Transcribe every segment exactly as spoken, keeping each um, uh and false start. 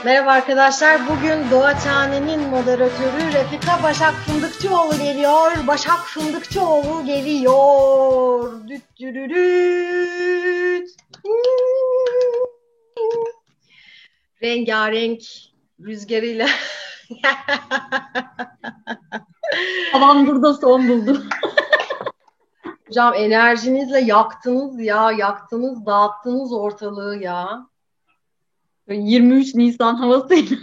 Merhaba arkadaşlar. Bugün Doğaçhane'nin moderatörü Refika Başak Fındıkçıoğlu geliyor. Başak Fındıkçıoğlu geliyor. Düt dürürüt. Rengarenk rüzgarıyla. Havan burada son buldu. Hocam enerjinizle yaktınız ya. Yaktınız, dağıttınız ortalığı ya. yirmi üç Nisan havasıyla.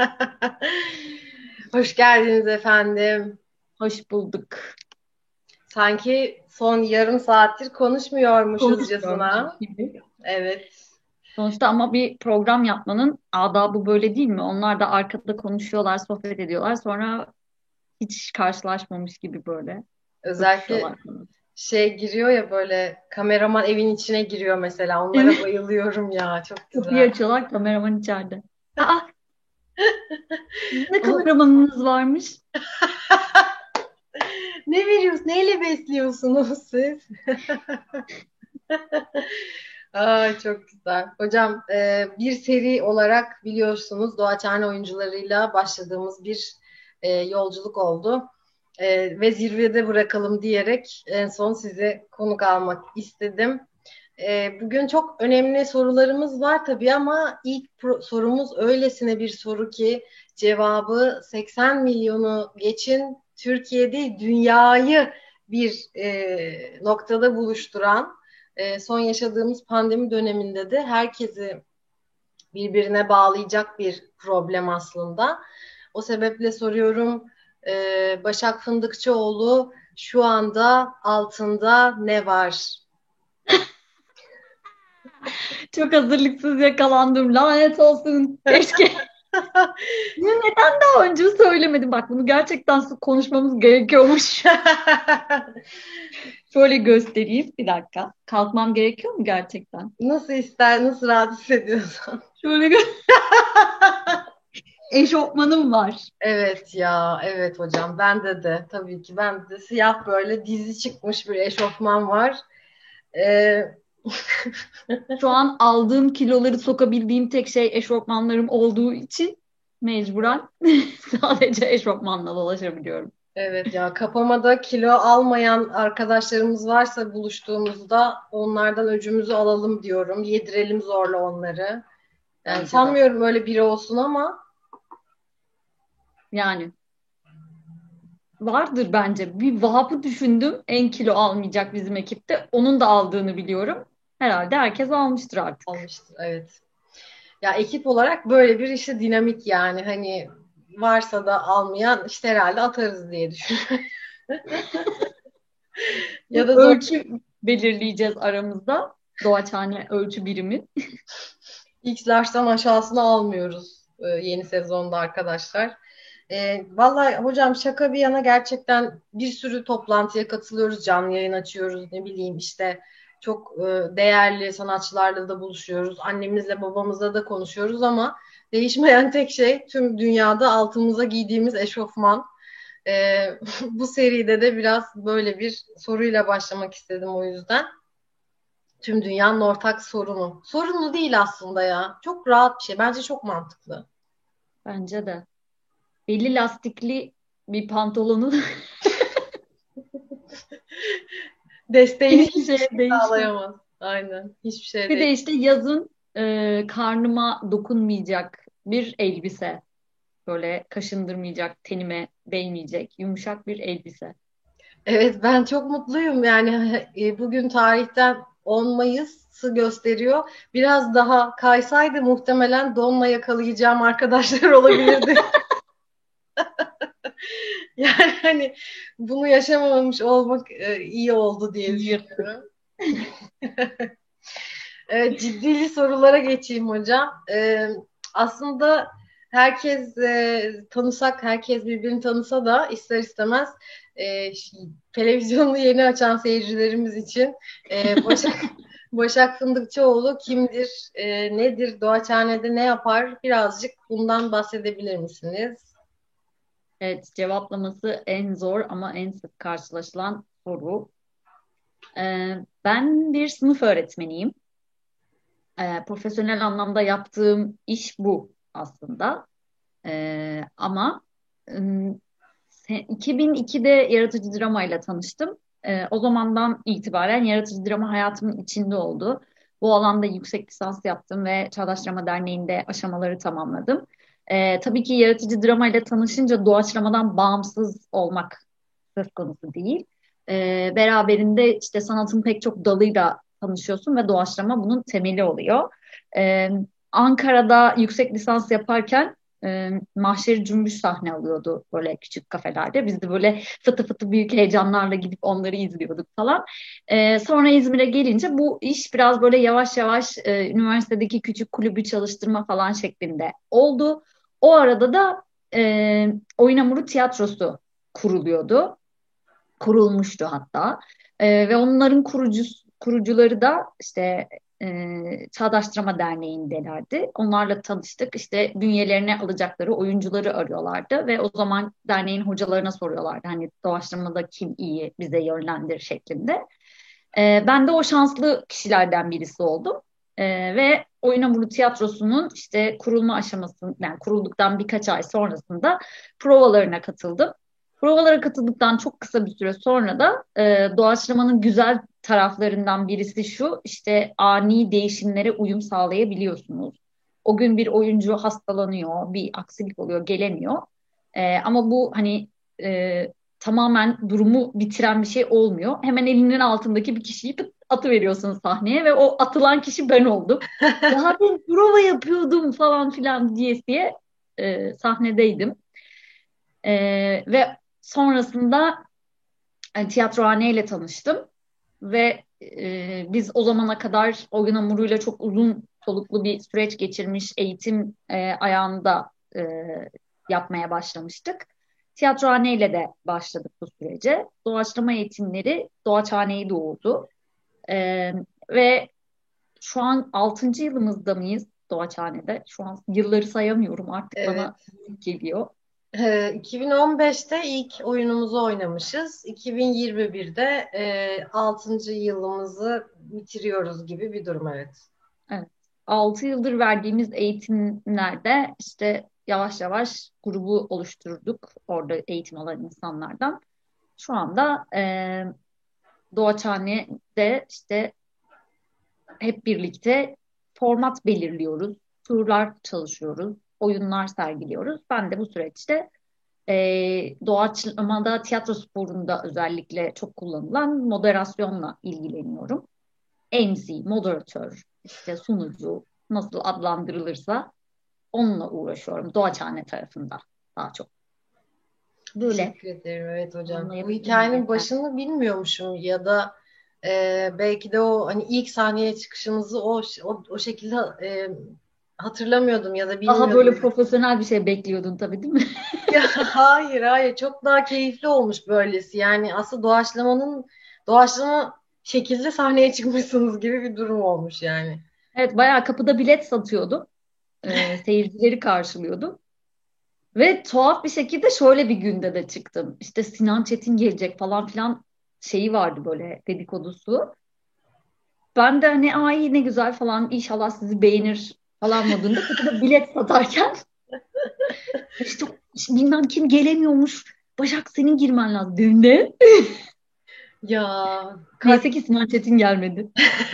Hoş geldiniz efendim. Hoş bulduk. Sanki son yarım saattir Konuşmuyormuş konuşmuyormuşuzcasına. gibi. Evet. Sonuçta ama bir program yapmanın adabı böyle değil mi? Onlar da arkada konuşuyorlar, sohbet ediyorlar. Sonra hiç karşılaşmamış gibi böyle Özellikle öpüşüyorlar falan. şey giriyor ya böyle kameraman evin içine giriyor mesela. Onlara Evet. bayılıyorum ya. Çok Kapıyı güzel. açıyorlar, kameraman içeride. Aa, sizin de Ama kameramanınız varmış. ne veriyorsunuz? Neyle besliyorsunuz siz? Aa, çok güzel. Hocam e, bir seri olarak biliyorsunuz Doğaçhane oyuncularıyla başladığımız bir e, yolculuk oldu. E, ve zirvede bırakalım diyerek en son size konuk almak istedim. E, bugün çok önemli sorularımız var tabii ama ilk pro- sorumuz öylesine bir soru ki cevabı seksen milyonu geçin Türkiye'de dünyayı bir e, noktada buluşturan e, son yaşadığımız pandemi döneminde de herkesi birbirine bağlayacak bir problem aslında. O sebeple soruyorum e, Başak Fındıkçıoğlu şu anda altında ne var? Çok hazırlıksız yakalandım. Lanet olsun. Keşke. Neden daha önce söylemedim? Bak bunu gerçekten konuşmamız gerekiyormuş. Şöyle göstereyim. Bir dakika. Kalkmam gerekiyor mu gerçekten? Nasıl ister, nasıl rahat hissediyorsan. Şöyle gö- eşofmanım var. Evet ya, evet hocam. Bende de tabii ki. Bende de siyah böyle dizi çıkmış bir eşofman var. Ee, Şu an aldığım kiloları sokabildiğim tek şey eşofmanlarım olduğu için mecburen sadece eşofmanla dolaşabiliyorum. evet ya, kapamada kilo almayan arkadaşlarımız varsa buluştuğumuzda onlardan öcümüzü alalım diyorum. Yedirelim zorla onları. Yani Bence de. sanmıyorum öyle biri olsun ama Yani vardır bence. Bir Vahap'ı düşündüm. En kilo almayacak bizim ekipte. Onun da aldığını biliyorum. Herhalde herkes almıştır artık. almıştır. Evet. Ya ekip olarak böyle bir işte dinamik yani hani varsa da almayan işte herhalde atarız diye düşünüyorum. Ya Bir da zor ölçü belirleyeceğiz aramızda. Doğaçhane ölçü birimi. X large'dan aşağısını almıyoruz e, yeni sezonda arkadaşlar. E, vallahi hocam şaka bir yana gerçekten bir sürü toplantıya katılıyoruz, canlı yayın açıyoruz, ne bileyim işte çok e, değerli sanatçılarla da buluşuyoruz. Annemizle babamızla da konuşuyoruz ama değişmeyen tek şey tüm dünyada altımıza giydiğimiz eşofman. E, bu seride de biraz böyle bir soruyla başlamak istedim o yüzden. Tüm dünyanın ortak sorunu. Sorunu değil aslında ya. Çok rahat bir şey. Bence çok mantıklı. Bence de. Belli lastikli bir pantolonu Desteğini hiçbir hiçbir şeye şey değişmez. sağlayamaz. Aynen. Hiçbir şey Bir değil. de işte yazın e, karnıma dokunmayacak bir elbise. Böyle kaşındırmayacak, tenime değmeyecek, yumuşak bir elbise. Evet, ben çok mutluyum. Yani e, bugün tarihten on Mayıs'ı gösteriyor. Biraz daha kaysaydı muhtemelen donla yakalayacağım arkadaşlar olabilirdi. Yani hani bunu yaşamamış olmak e, iyi oldu diye İyi yırttık. düşünüyorum. Evet, ciddili sorulara geçeyim hocam. Ee, aslında herkes e, tanısak, herkes birbirini tanısa da ister istemez e, ş- televizyonu yeni açan seyircilerimiz için e, Başak, Başak Fındıkçıoğlu kimdir, e, nedir, Doğaçhane'de ne yapar? Birazcık bundan bahsedebilir misiniz? Evet, cevaplaması en zor ama en sık karşılaşılan soru. Ee, ben bir sınıf öğretmeniyim. Ee, profesyonel anlamda yaptığım iş bu aslında. Ee, ama ım, se- iki bin ikide yaratıcı drama ile tanıştım. Ee, o zamandan itibaren yaratıcı drama hayatımın içinde oldu. Bu alanda yüksek lisans yaptım ve Çağdaş Drama Derneği'nde aşamaları tamamladım. Ee, tabii ki yaratıcı drama ile tanışınca doğaçlamadan bağımsız olmak söz konusu değil. Ee, beraberinde işte sanatın pek çok dalıyla tanışıyorsun ve doğaçlama bunun temeli oluyor. Ee, Ankara'da yüksek lisans yaparken e, Mahşeri Cümbüş sahne alıyordu böyle küçük kafelerde. Biz de böyle fıtı fıtı büyük heyecanlarla gidip onları izliyorduk falan. Ee, sonra İzmir'e gelince bu iş biraz böyle yavaş yavaş e, üniversitedeki küçük kulübü çalıştırma falan şeklinde oldu. O arada da e, Oyun Hamuru Tiyatrosu kuruluyordu. Kurulmuştu hatta. Ee, ve onların kurucusu, kurucuları da işte e, Çağdaş Drama Derneği'ndelerdi. Onlarla tanıştık. İşte bünyelerine alacakları oyuncuları arıyorlardı ve o zaman derneğin hocalarına soruyorlardı. Hani doğaçlamada kim iyi bize yönlendir şeklinde. Ee, ben de o şanslı kişilerden birisi oldum. Ee, ve Oyun Hamuru Tiyatrosu'nun işte kurulma aşamasının, yani kurulduktan birkaç ay sonrasında provalarına katıldım. Provalara katıldıktan çok kısa bir süre sonra da e, doğaçlamanın güzel taraflarından birisi şu, işte ani değişimlere uyum sağlayabiliyorsunuz. O gün bir oyuncu hastalanıyor, bir aksilik oluyor, gelemiyor. E, ama bu hani e, tamamen durumu bitiren bir şey olmuyor. Hemen elinin altındaki bir kişiyi pıt atıveriyorsun sahneye ve o atılan kişi ben oldum. Ya ben prova yapıyordum falan filan diye diye e, sahnedeydim. E, ve sonrasında e, tiyatrohane ile tanıştım ve e, biz o zamana kadar oyun hamuruyla çok uzun soluklu bir süreç geçirmiş eğitim e, ayağında e, yapmaya başlamıştık. Tiyatrohane ile de başladık bu sürece. Doğaçlama eğitimleri Doğaçhane'yi doğurdu. E, ve şu an altıncı yılımızda mıyız Doğaçhane'de? Şu an yılları sayamıyorum artık Evet. bana geliyor. Ee, iki bin on beşte ilk oyunumuzu oynamışız. iki bin yirmi birde e, altıncı yılımızı bitiriyoruz gibi bir durum, evet. Evet. altı yıldır verdiğimiz eğitimlerde işte yavaş yavaş grubu oluşturduk orada eğitim alan insanlardan. Şu anda e, Doğaçhane'de işte hep birlikte format belirliyoruz, turlar çalışıyoruz, oyunlar sergiliyoruz. Ben de bu süreçte e, doğaçlamada, tiyatro sporunda özellikle çok kullanılan moderasyonla ilgileniyorum. M C, moderatör, işte sunucu nasıl adlandırılırsa onunla uğraşıyorum. Doğaçhane tarafında daha çok. Böyle. Teşekkür ederim. Evet hocam. Onunla Bu yapıyorum hikayenin yeter. başını bilmiyormuşum ya da e, belki de o hani ilk sahneye çıkışımızı o o, o şekilde e, hatırlamıyordum ya da Daha böyle bilmiyordum. profesyonel bir şey bekliyordun tabii değil mi? Ya hayır hayır, çok daha keyifli olmuş böylesi. Yani aslında doğaçlamanın doğaçlama şekilde sahneye çıkmışsınız gibi bir durum olmuş yani. Evet, bayağı kapıda bilet satıyordum. Ee, seyircileri karşılıyordum. Ve tuhaf bir şekilde şöyle bir günde de çıktım. İşte Sinan Çetin gelecek falan filan şeyi vardı böyle dedikodusu. Ben de hani ay ne güzel falan inşallah sizi beğenir falan modunda kapıda bilet satarken işte, işte bilmem kim gelemiyormuş. Başak senin girmen lazım. Dedim, ne? Ya kaç Neyse ki Sinan Çetin gelmedi.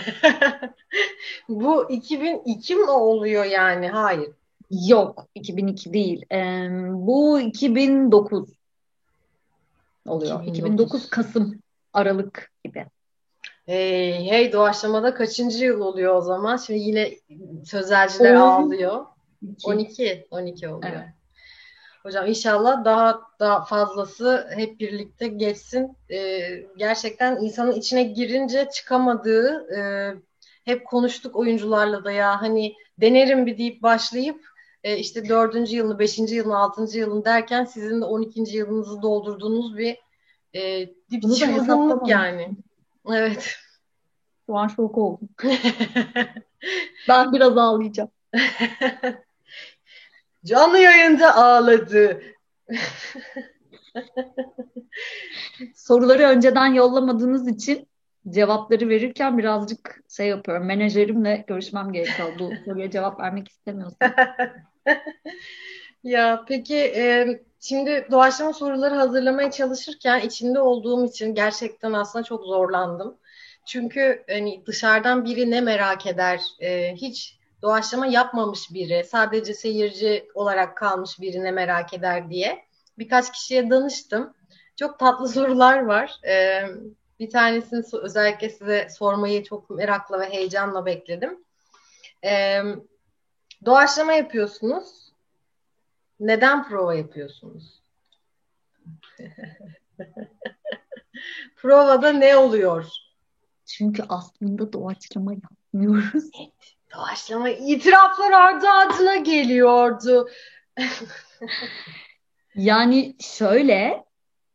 bu iki bin iki mi oluyor yani? Hayır. Yok, iki bin iki değil. Ee, bu iki bin dokuz oluyor. iki bin dokuz iki bin dokuz. Kasım, Aralık gibi. Hey, hey doğaçlamada kaçıncı yıl oluyor o zaman? Şimdi yine sözelciler on ağlıyor. iki. on iki, on iki oluyor. Evet. Hocam inşallah daha daha fazlası hep birlikte geçsin. Ee, gerçekten insanın içine girince çıkamadığı, e, hep konuştuk oyuncularla da ya hani denerim bir deyip başlayıp e, işte dördüncü yılını, beşinci yılını, altıncı yılını derken sizin de on ikinci yılınızı doldurduğunuz bir e, bir Bunu da çılgınlık hesaplamamış. yani. Evet. Şu an şok oldum. Ben biraz ağlayacağım. Canlı yayında ağladı. Soruları önceden yollamadığınız için cevapları verirken birazcık şey yapıyorum. Menajerimle görüşmem gerekiyor. Bu soruya cevap vermek istemiyorsam. Ya peki e, şimdi doğaçlama soruları hazırlamaya çalışırken içinde olduğum için gerçekten aslında çok zorlandım. Çünkü hani dışarıdan biri ne merak eder? E, hiç doğaçlama yapmamış biri, sadece seyirci olarak kalmış biri ne merak eder diye birkaç kişiye danıştım. Çok tatlı sorular var. E, bir tanesini so- özellikle size sormayı çok merakla ve heyecanla bekledim. E, Doğaçlama yapıyorsunuz. Neden prova yapıyorsunuz? Provada ne oluyor? Çünkü aslında doğaçlama yapmıyoruz. Doğaçlama itiraflar ardı ardına geliyordu. Yani şöyle,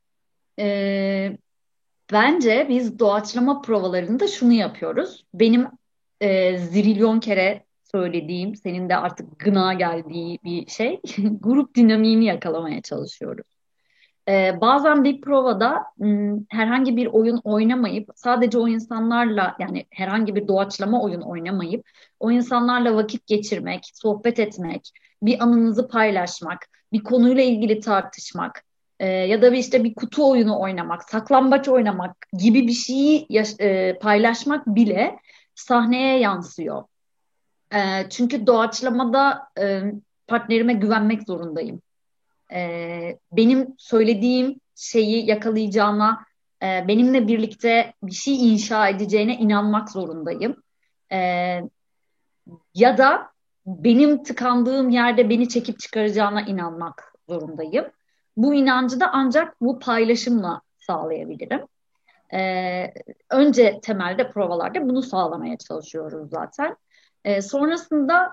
e, bence biz doğaçlama provalarında şunu yapıyoruz. Benim e, zirilyon kere söylediğim, senin de artık gına geldiği bir şey, grup dinamiğini yakalamaya çalışıyoruz. Ee, bazen bir provada m, herhangi bir oyun oynamayıp sadece o insanlarla, yani herhangi bir doğaçlama oyun oynamayıp o insanlarla vakit geçirmek, sohbet etmek, bir anınızı paylaşmak, bir konuyla ilgili tartışmak e, ya da bir işte bir kutu oyunu oynamak, saklambaç oynamak gibi bir şeyi yaş- e, paylaşmak bile sahneye yansıyor. E, çünkü doğaçlamada e, partnerime güvenmek zorundayım. E, benim söylediğim şeyi yakalayacağına, e, benimle birlikte bir şey inşa edeceğine inanmak zorundayım. E, Ya da benim tıkandığım yerde beni çekip çıkaracağına inanmak zorundayım. Bu inancı da ancak bu paylaşımla sağlayabilirim. E, Önce temelde provalarda bunu sağlamaya çalışıyoruz zaten. E, sonrasında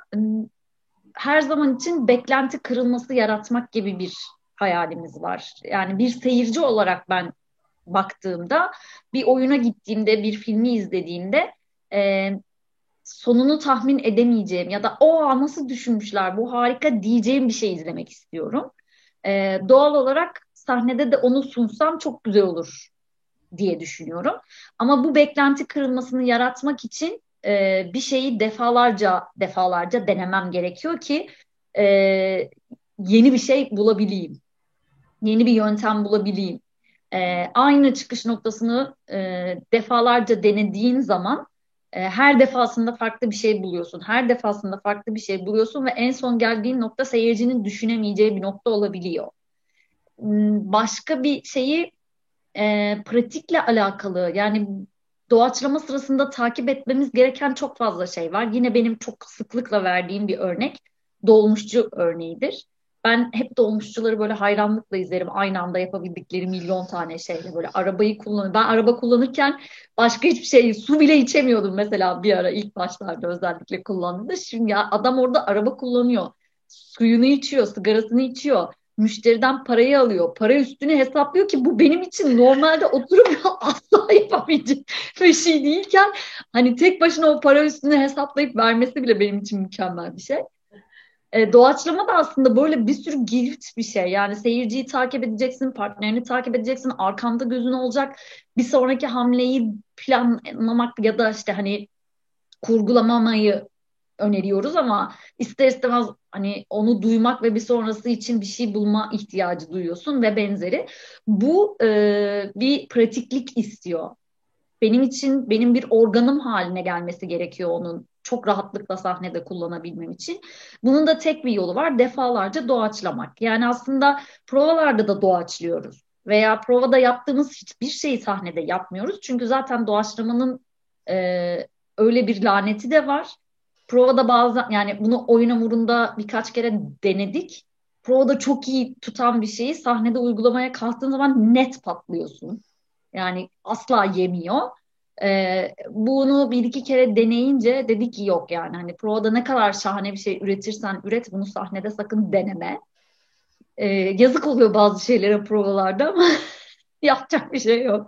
her zaman için beklenti kırılması yaratmak gibi bir hayalimiz var. Yani bir seyirci olarak ben baktığımda, bir oyuna gittiğimde, bir filmi izlediğimde e, sonunu tahmin edemeyeceğim ya da o nasıl düşünmüşler, bu harika diyeceğim bir şey izlemek istiyorum. E, doğal olarak sahnede de onu sunsam çok güzel olur diye düşünüyorum. Ama bu beklenti kırılmasını yaratmak için e, bir şeyi defalarca defalarca denemem gerekiyor ki e, yeni bir şey bulabileyim, yeni bir yöntem bulabileyim. E, aynı çıkış noktasını e, defalarca denediğin zaman e, her defasında farklı bir şey buluyorsun. Her defasında farklı bir şey buluyorsun ve en son geldiğin nokta seyircinin düşünemeyeceği bir nokta olabiliyor. Hmm, Başka bir şeyi e, pratikle alakalı, yani doğaçlama sırasında takip etmemiz gereken çok fazla şey var. Yine benim çok sıklıkla verdiğim bir örnek dolmuşçu örneğidir. Ben hep dolmuşçuları böyle hayranlıkla izlerim. Aynı anda yapabildikleri milyon tane şeyle böyle arabayı kullanıyorum. Ben araba kullanırken başka hiçbir şey, su bile içemiyordum mesela bir ara ilk başlarda özellikle kullandığımda. Şimdi ya adam orada araba kullanıyor. Suyunu içiyor, sigarasını içiyor, müşteriden parayı alıyor. Para üstüne hesaplıyor ki bu benim için normalde oturup asla yapabileceğim bir şey değilken hani tek başına o para üstüne hesaplayıp vermesi bile benim için mükemmel bir şey. E, doğaçlama da aslında böyle bir sürü girift bir şey. Yani seyirciyi takip edeceksin, partnerini takip edeceksin, arkanda gözün olacak. Bir sonraki hamleyi planlamak ya da işte hani kurgulamamayı öneriyoruz ama ister istemez hani onu duymak ve bir sonrası için bir şey bulma ihtiyacı duyuyorsun ve benzeri. Bu e, bir pratiklik istiyor. Benim için benim bir organım haline gelmesi gerekiyor onun çok rahatlıkla sahnede kullanabilmem için. Bunun da tek bir yolu var, defalarca doğaçlamak. Yani aslında provalarda da doğaçlıyoruz veya provada yaptığımız hiçbir şeyi sahnede yapmıyoruz. Çünkü zaten doğaçlamanın e, öyle bir laneti de var. Provada bazen, yani bunu oyun hamurunda birkaç kere denedik. Provada çok iyi tutan bir şeyi sahnede uygulamaya kalktığın zaman net patlıyorsun. Yani asla yemiyor. Ee, bunu bir iki kere deneyince dedik ki yok, yani hani provada ne kadar şahane bir şey üretirsen üret, bunu sahnede sakın deneme. Ee, Yazık oluyor bazı şeylere provalarda ama yapacak bir şey yok.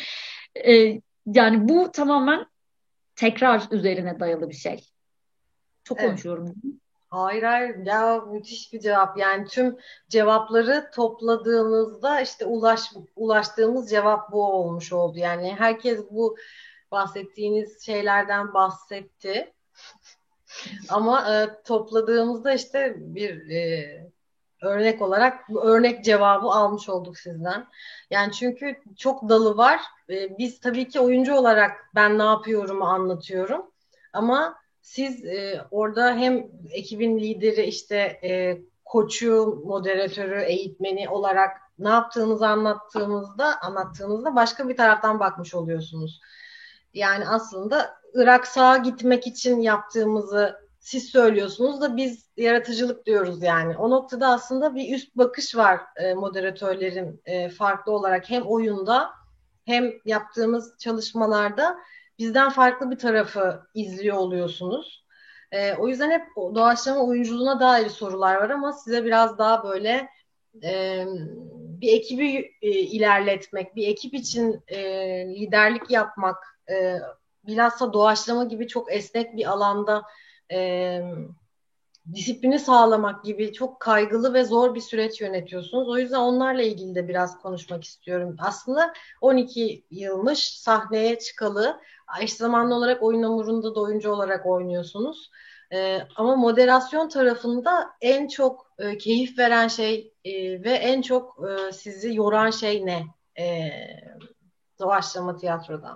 Ee, Yani bu tamamen tekrar üzerine dayalı bir şey. Çok Evet. konuşuyorum. Hayır hayır ya, müthiş bir cevap. Yani tüm cevapları topladığımızda işte ulaş, ulaştığımız cevap bu olmuş oldu. Yani herkes bu bahsettiğiniz şeylerden bahsetti. Ama e, topladığımızda işte bir e, örnek olarak bu örnek cevabı almış olduk sizden. Yani çünkü çok dalı var. E, biz tabii ki oyuncu olarak ben ne yapıyorumu anlatıyorum. Ama siz e, orada hem ekibin lideri işte e, koçu, moderatörü, eğitmeni olarak ne yaptığınızı anlattığımızda anlattığınızda başka bir taraftan bakmış oluyorsunuz. Yani aslında Irak sağa gitmek için yaptığımızı siz söylüyorsunuz da biz yaratıcılık diyoruz yani. O noktada aslında bir üst bakış var e, moderatörlerin e, farklı olarak hem oyunda hem yaptığımız çalışmalarda bizden farklı bir tarafı izliyor oluyorsunuz. E, o yüzden hep doğaçlama oyunculuğuna dair sorular var ama size biraz daha böyle e, bir ekibi e, ilerletmek, bir ekip için e, liderlik yapmak, e, bilhassa doğaçlama gibi çok esnek bir alanda e, disiplini sağlamak gibi çok kaygılı ve zor bir süreç yönetiyorsunuz. O yüzden onlarla ilgili de biraz konuşmak istiyorum. Aslında on iki yılmış sahneye çıkalı. Eş zamanlı olarak oyun hamurunda da oyuncu olarak oynuyorsunuz. Ee, ama moderasyon tarafında en çok e, keyif veren şey e, ve en çok e, sizi yoran şey ne? E, doğaçlama tiyatroda.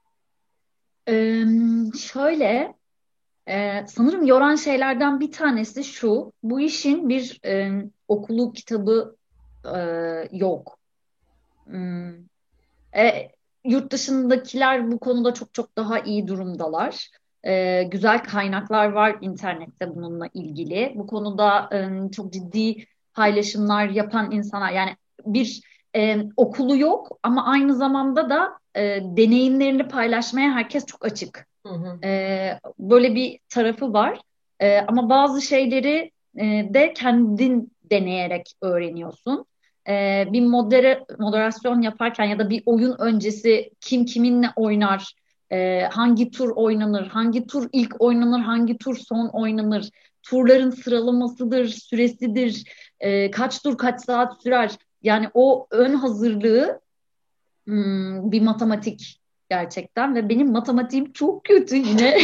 Ee, şöyle e, sanırım yoran şeylerden bir tanesi şu. Bu işin bir e, okulu kitabı e, yok. Hmm, E, Yurt dışındakiler bu konuda çok çok daha iyi durumdalar. E, güzel kaynaklar var internette bununla ilgili. Bu konuda e, çok ciddi paylaşımlar yapan insanlar, yani bir e, okulu yok ama aynı zamanda da e, deneyimlerini paylaşmaya herkes çok açık. Hı hı. E, böyle bir tarafı var. E, ama bazı şeyleri e, de kendin deneyerek öğreniyorsun. E, bir modere, moderasyon yaparken ya da bir oyun öncesi kim kiminle oynar, e, hangi tur oynanır, hangi tur ilk oynanır, hangi tur son oynanır, turların sıralamasıdır, süresidir, e, kaç tur kaç saat sürer. Yani o ön hazırlığı hmm, bir matematik gerçekten ve benim matematiğim çok kötü yine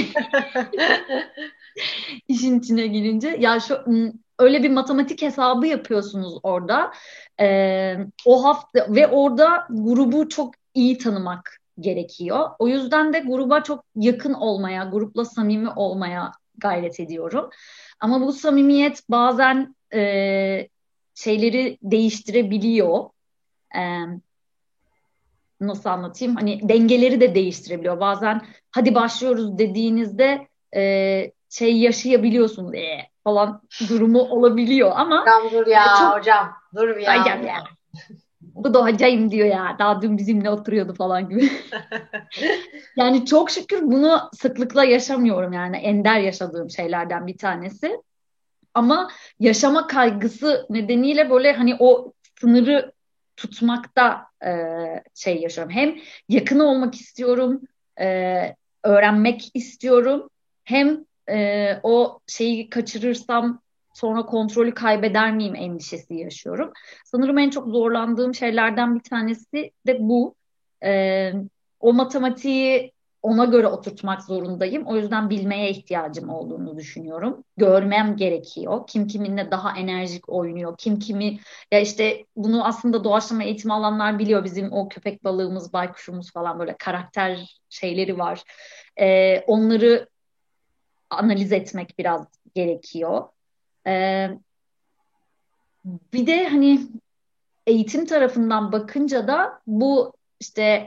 işin içine girince. Ya şu hmm, öyle bir matematik hesabı yapıyorsunuz orada. Ee, o hafta ve orada grubu çok iyi tanımak gerekiyor. O yüzden de gruba çok yakın olmaya, grupla samimi olmaya gayret ediyorum. Ama bu samimiyet bazen e, şeyleri değiştirebiliyor. Ee, Nasıl anlatayım? Hani dengeleri de değiştirebiliyor. Bazen hadi başlıyoruz dediğinizde e, şey yaşayabiliyorsunuz e, falan durumu olabiliyor ama Hocam dur e, ya çok hocam dur ay ya ya, ya, hocam. bu da hocayım diyor ya. Daha dün bizimle oturuyordu falan gibi. Yani çok şükür bunu sıklıkla yaşamıyorum, yani ender yaşadığım şeylerden bir tanesi. Ama yaşama kaygısı nedeniyle böyle hani o sınırı tutmakta e, şey yaşıyorum. Hem yakın olmak istiyorum, e, öğrenmek istiyorum. Hem e, o şeyi kaçırırsam sonra kontrolü kaybeder miyim endişesi yaşıyorum. Sanırım en çok zorlandığım şeylerden bir tanesi de bu. E, O matematiği ona göre oturtmak zorundayım. O yüzden bilmeye ihtiyacım olduğunu düşünüyorum. Görmem gerekiyor. Kim kiminle daha enerjik oynuyor. Kim kimi, ya işte bunu aslında doğaçlama eğitimi alanlar biliyor. Bizim o köpek balığımız, baykuşumuz falan böyle karakter şeyleri var. Ee, onları analiz etmek biraz gerekiyor. Ee, Bir de hani eğitim tarafından bakınca da bu işte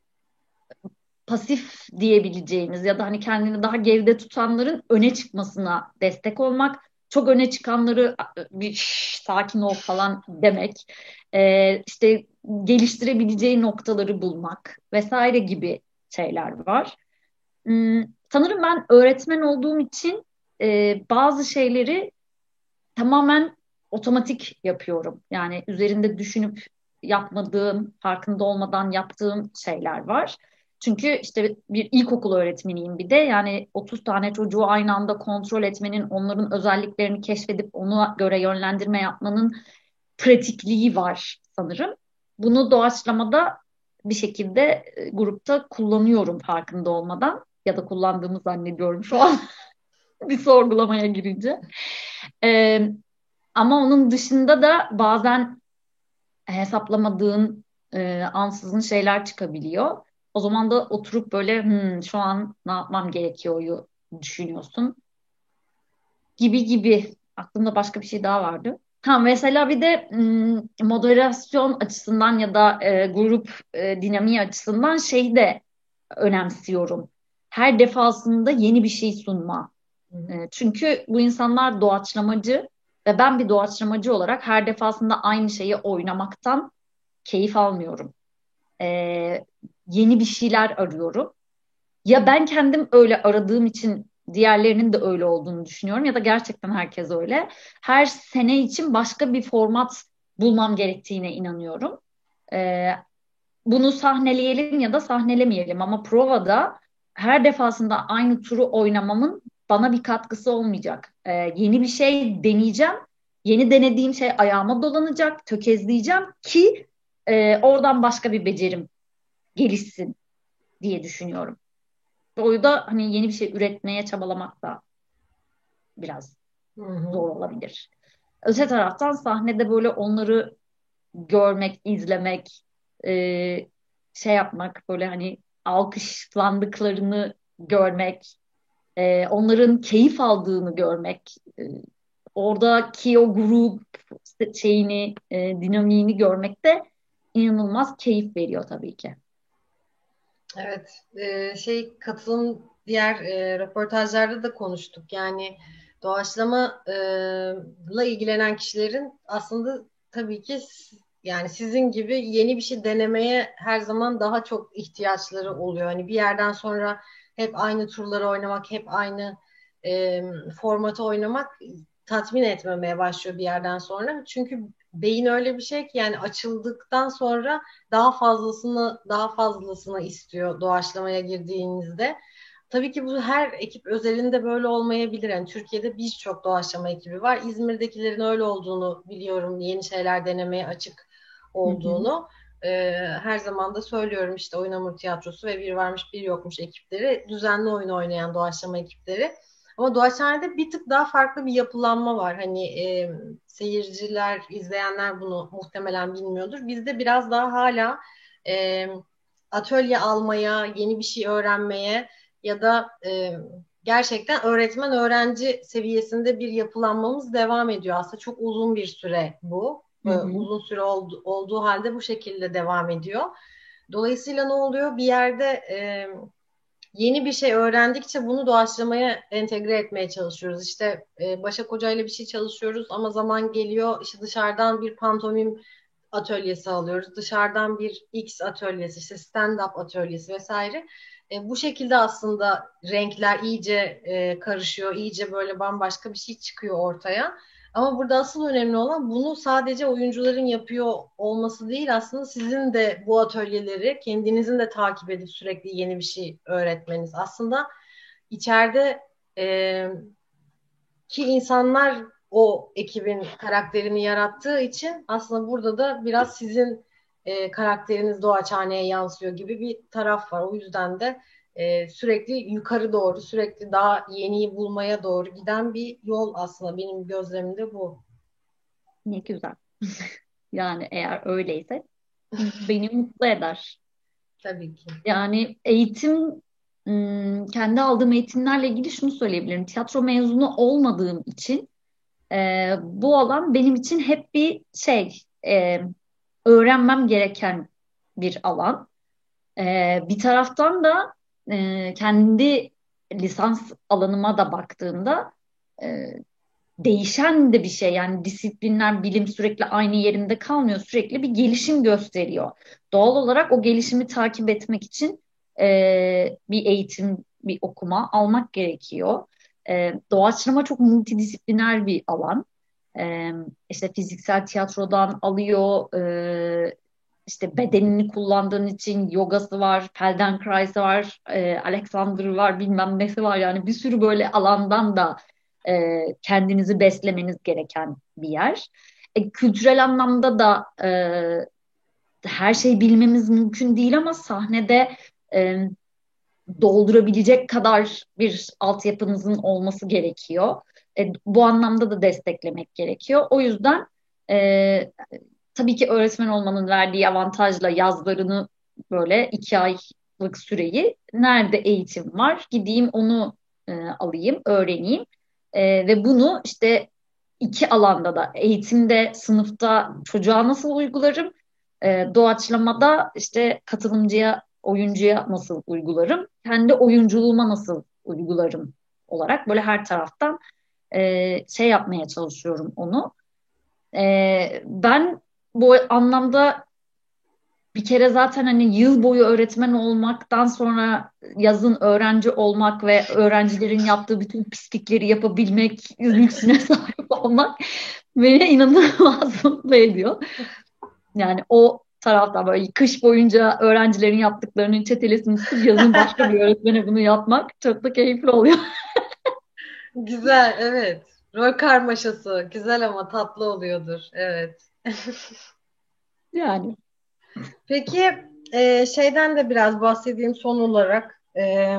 pasif diyebileceğimiz ya da hani kendini daha geride tutanların öne çıkmasına destek olmak, çok öne çıkanları bir "Şş, sakin ol" falan demek, ee, işte geliştirebileceği noktaları bulmak vesaire gibi şeyler var. Hmm, sanırım ben öğretmen olduğum için e, bazı şeyleri tamamen otomatik yapıyorum. Yani üzerinde düşünüp yapmadığım, farkında olmadan yaptığım şeyler var. Çünkü işte bir ilkokul öğretmeniyim bir de. Yani otuz tane çocuğu aynı anda kontrol etmenin, onların özelliklerini keşfedip ona göre yönlendirme yapmanın pratikliği var sanırım. Bunu doğaçlamada bir şekilde e, grupta kullanıyorum farkında olmadan ya da kullandığımı zannediyorum şu an. bir sorgulamaya girince. Ee, Ama onun dışında da bazen hesaplamadığın, e, ansızın şeyler çıkabiliyor. O zaman da oturup böyle "Hmm, şu an ne yapmam gerekiyor'yu düşünüyorsun gibi gibi. Aklımda başka bir şey daha vardı. Ha, mesela bir de hmm, moderasyon açısından ya da e, grup e, dinamiği açısından şey de önemsiyorum. Her defasında yeni bir şey sunma. Hı hı. E, çünkü bu insanlar doğaçlamacı ve ben bir doğaçlamacı olarak her defasında aynı şeyi oynamaktan keyif almıyorum. E, Yeni bir şeyler arıyorum. Ya ben kendim öyle aradığım için diğerlerinin de öyle olduğunu düşünüyorum ya da gerçekten herkes öyle. Her sene için başka bir format bulmam gerektiğine inanıyorum. E, Bunu sahneleyelim ya da sahnelemeyelim ama provada her defasında aynı turu oynamamın bana bir katkısı olmayacak. Ee, yeni bir şey deneyeceğim. Yeni denediğim şey ayağıma dolanacak, tökezleyeceğim ki e, oradan başka bir becerim gelişsin diye düşünüyorum. O yüzden hani yeni bir şey üretmeye çabalamak da biraz Hı hı. zor olabilir. Öte taraftan sahnede böyle onları görmek, izlemek, e, şey yapmak, böyle hani alkışlandıklarını görmek, e, onların keyif aldığını görmek, e, oradaki o grup şeyini, e, dinamiğini görmek de inanılmaz keyif veriyor tabii ki. Evet, e, şey katılım diğer e, röportajlarda da konuştuk. Yani doğaçlama e, la ilgilenen kişilerin aslında tabii ki s- yani sizin gibi yeni bir şey denemeye her zaman daha çok ihtiyaçları oluyor. Hani bir yerden sonra hep aynı turları oynamak, hep aynı e, formatı oynamak tatmin etmemeye başlıyor bir yerden sonra. Çünkü beyin öyle bir şey ki yani açıldıktan sonra daha fazlasını daha fazlasını istiyor doğaçlamaya girdiğinizde. Tabii ki bu her ekip özelinde böyle olmayabilir. Yani Türkiye'de birçok doğaçlama ekibi var. İzmir'dekilerin öyle olduğunu biliyorum. Yeni şeyler denemeye açık Hı hı. olduğunu. Ee, her zaman da söylüyorum işte Oyun Hamur Tiyatrosu ve Bir Varmış Bir Yokmuş ekipleri düzenli oyun oynayan doğaçlama ekipleri. Ama doğaçhanede bir tık daha farklı bir yapılanma var. Hani e, seyirciler, izleyenler bunu muhtemelen bilmiyordur. Bizde biraz daha hala e, atölye almaya, yeni bir şey öğrenmeye ya da e, gerçekten öğretmen öğrenci seviyesinde bir yapılanmamız devam ediyor. Aslında çok uzun bir süre bu. Hı E, hı. uzun süre oldu, olduğu halde bu şekilde devam ediyor. Dolayısıyla ne oluyor? Bir yerde e, yeni bir şey öğrendikçe bunu doğaçlamaya entegre etmeye çalışıyoruz. İşte e, Başak Hoca ile bir şey çalışıyoruz ama zaman geliyor işte dışarıdan bir pantomim atölyesi alıyoruz. Dışarıdan bir X atölyesi, işte stand-up atölyesi vesaire. E, bu şekilde aslında renkler iyice e, karışıyor, iyice böyle bambaşka bir şey çıkıyor ortaya. Ama burada asıl önemli olan bunu sadece oyuncuların yapıyor olması değil, aslında sizin de bu atölyeleri kendinizin de takip edip sürekli yeni bir şey öğretmeniz. Aslında içeride e, ki insanlar o ekibin karakterini yarattığı için aslında burada da biraz sizin e, karakteriniz doğaçhaneye yansıyor gibi bir taraf var. O yüzden de e, sürekli yukarı doğru, sürekli daha yeniyi bulmaya doğru giden bir yol aslında benim gözlemimde bu. Ne güzel. Yani eğer öyleyse beni mutlu eder. Tabii ki. Yani eğitim, ım, kendi aldığım eğitimlerle ilgili şunu söyleyebilirim. Tiyatro mezunu olmadığım için e, bu alan benim için hep bir şey, e, öğrenmem gereken bir alan. E, bir taraftan da e, kendi lisans alanıma da baktığımda e, değişen de bir şey. Yani disiplinler, bilim sürekli aynı yerinde kalmıyor. Sürekli bir gelişim gösteriyor. Doğal olarak o gelişimi takip etmek için e, bir eğitim, bir okuma almak gerekiyor. E, doğaçlama çok multidisipliner bir alan. E, işte fiziksel tiyatrodan alıyor, e, işte bedenini kullandığın için yogası var, Feldenkrais var, e, Alexander var, bilmem nesi var. Yani bir sürü böyle alandan da e, kendinizi beslemeniz gereken bir yer. E, kültürel anlamda da e, her şeyi bilmemiz mümkün değil ama sahnede e, doldurabilecek kadar bir altyapınızın olması gerekiyor. E, bu anlamda da desteklemek gerekiyor. O yüzden e, tabii ki öğretmen olmanın verdiği avantajla yazlarını böyle iki aylık süreyi nerede eğitim var gideyim onu e, alayım, öğreneyim. E, ve bunu işte iki alanda da eğitimde, sınıfta çocuğa nasıl uygularım, e, doğaçlamada işte katılımcıya, oyuncuya nasıl uygularım, kendi oyunculuğuma nasıl uygularım olarak böyle her taraftan e, şey yapmaya çalışıyorum onu. E, ben bu anlamda bir kere zaten hani yıl boyu öğretmen olmaktan sonra yazın öğrenci olmak ve öğrencilerin yaptığı bütün pislikleri yapabilmek lüksüne sahip olmak beni inanılmaz mutlu ediyor. Yani o tarafta böyle kış boyunca öğrencilerin yaptıklarının çetelesini tutup yazın başka bir öğretmene bunu yapmak çok da keyifli oluyor. Güzel, evet. Rol karmaşası. Güzel ama tatlı oluyordur. Evet. Yani. Peki e, şeyden de biraz bahsedeyim son olarak. E,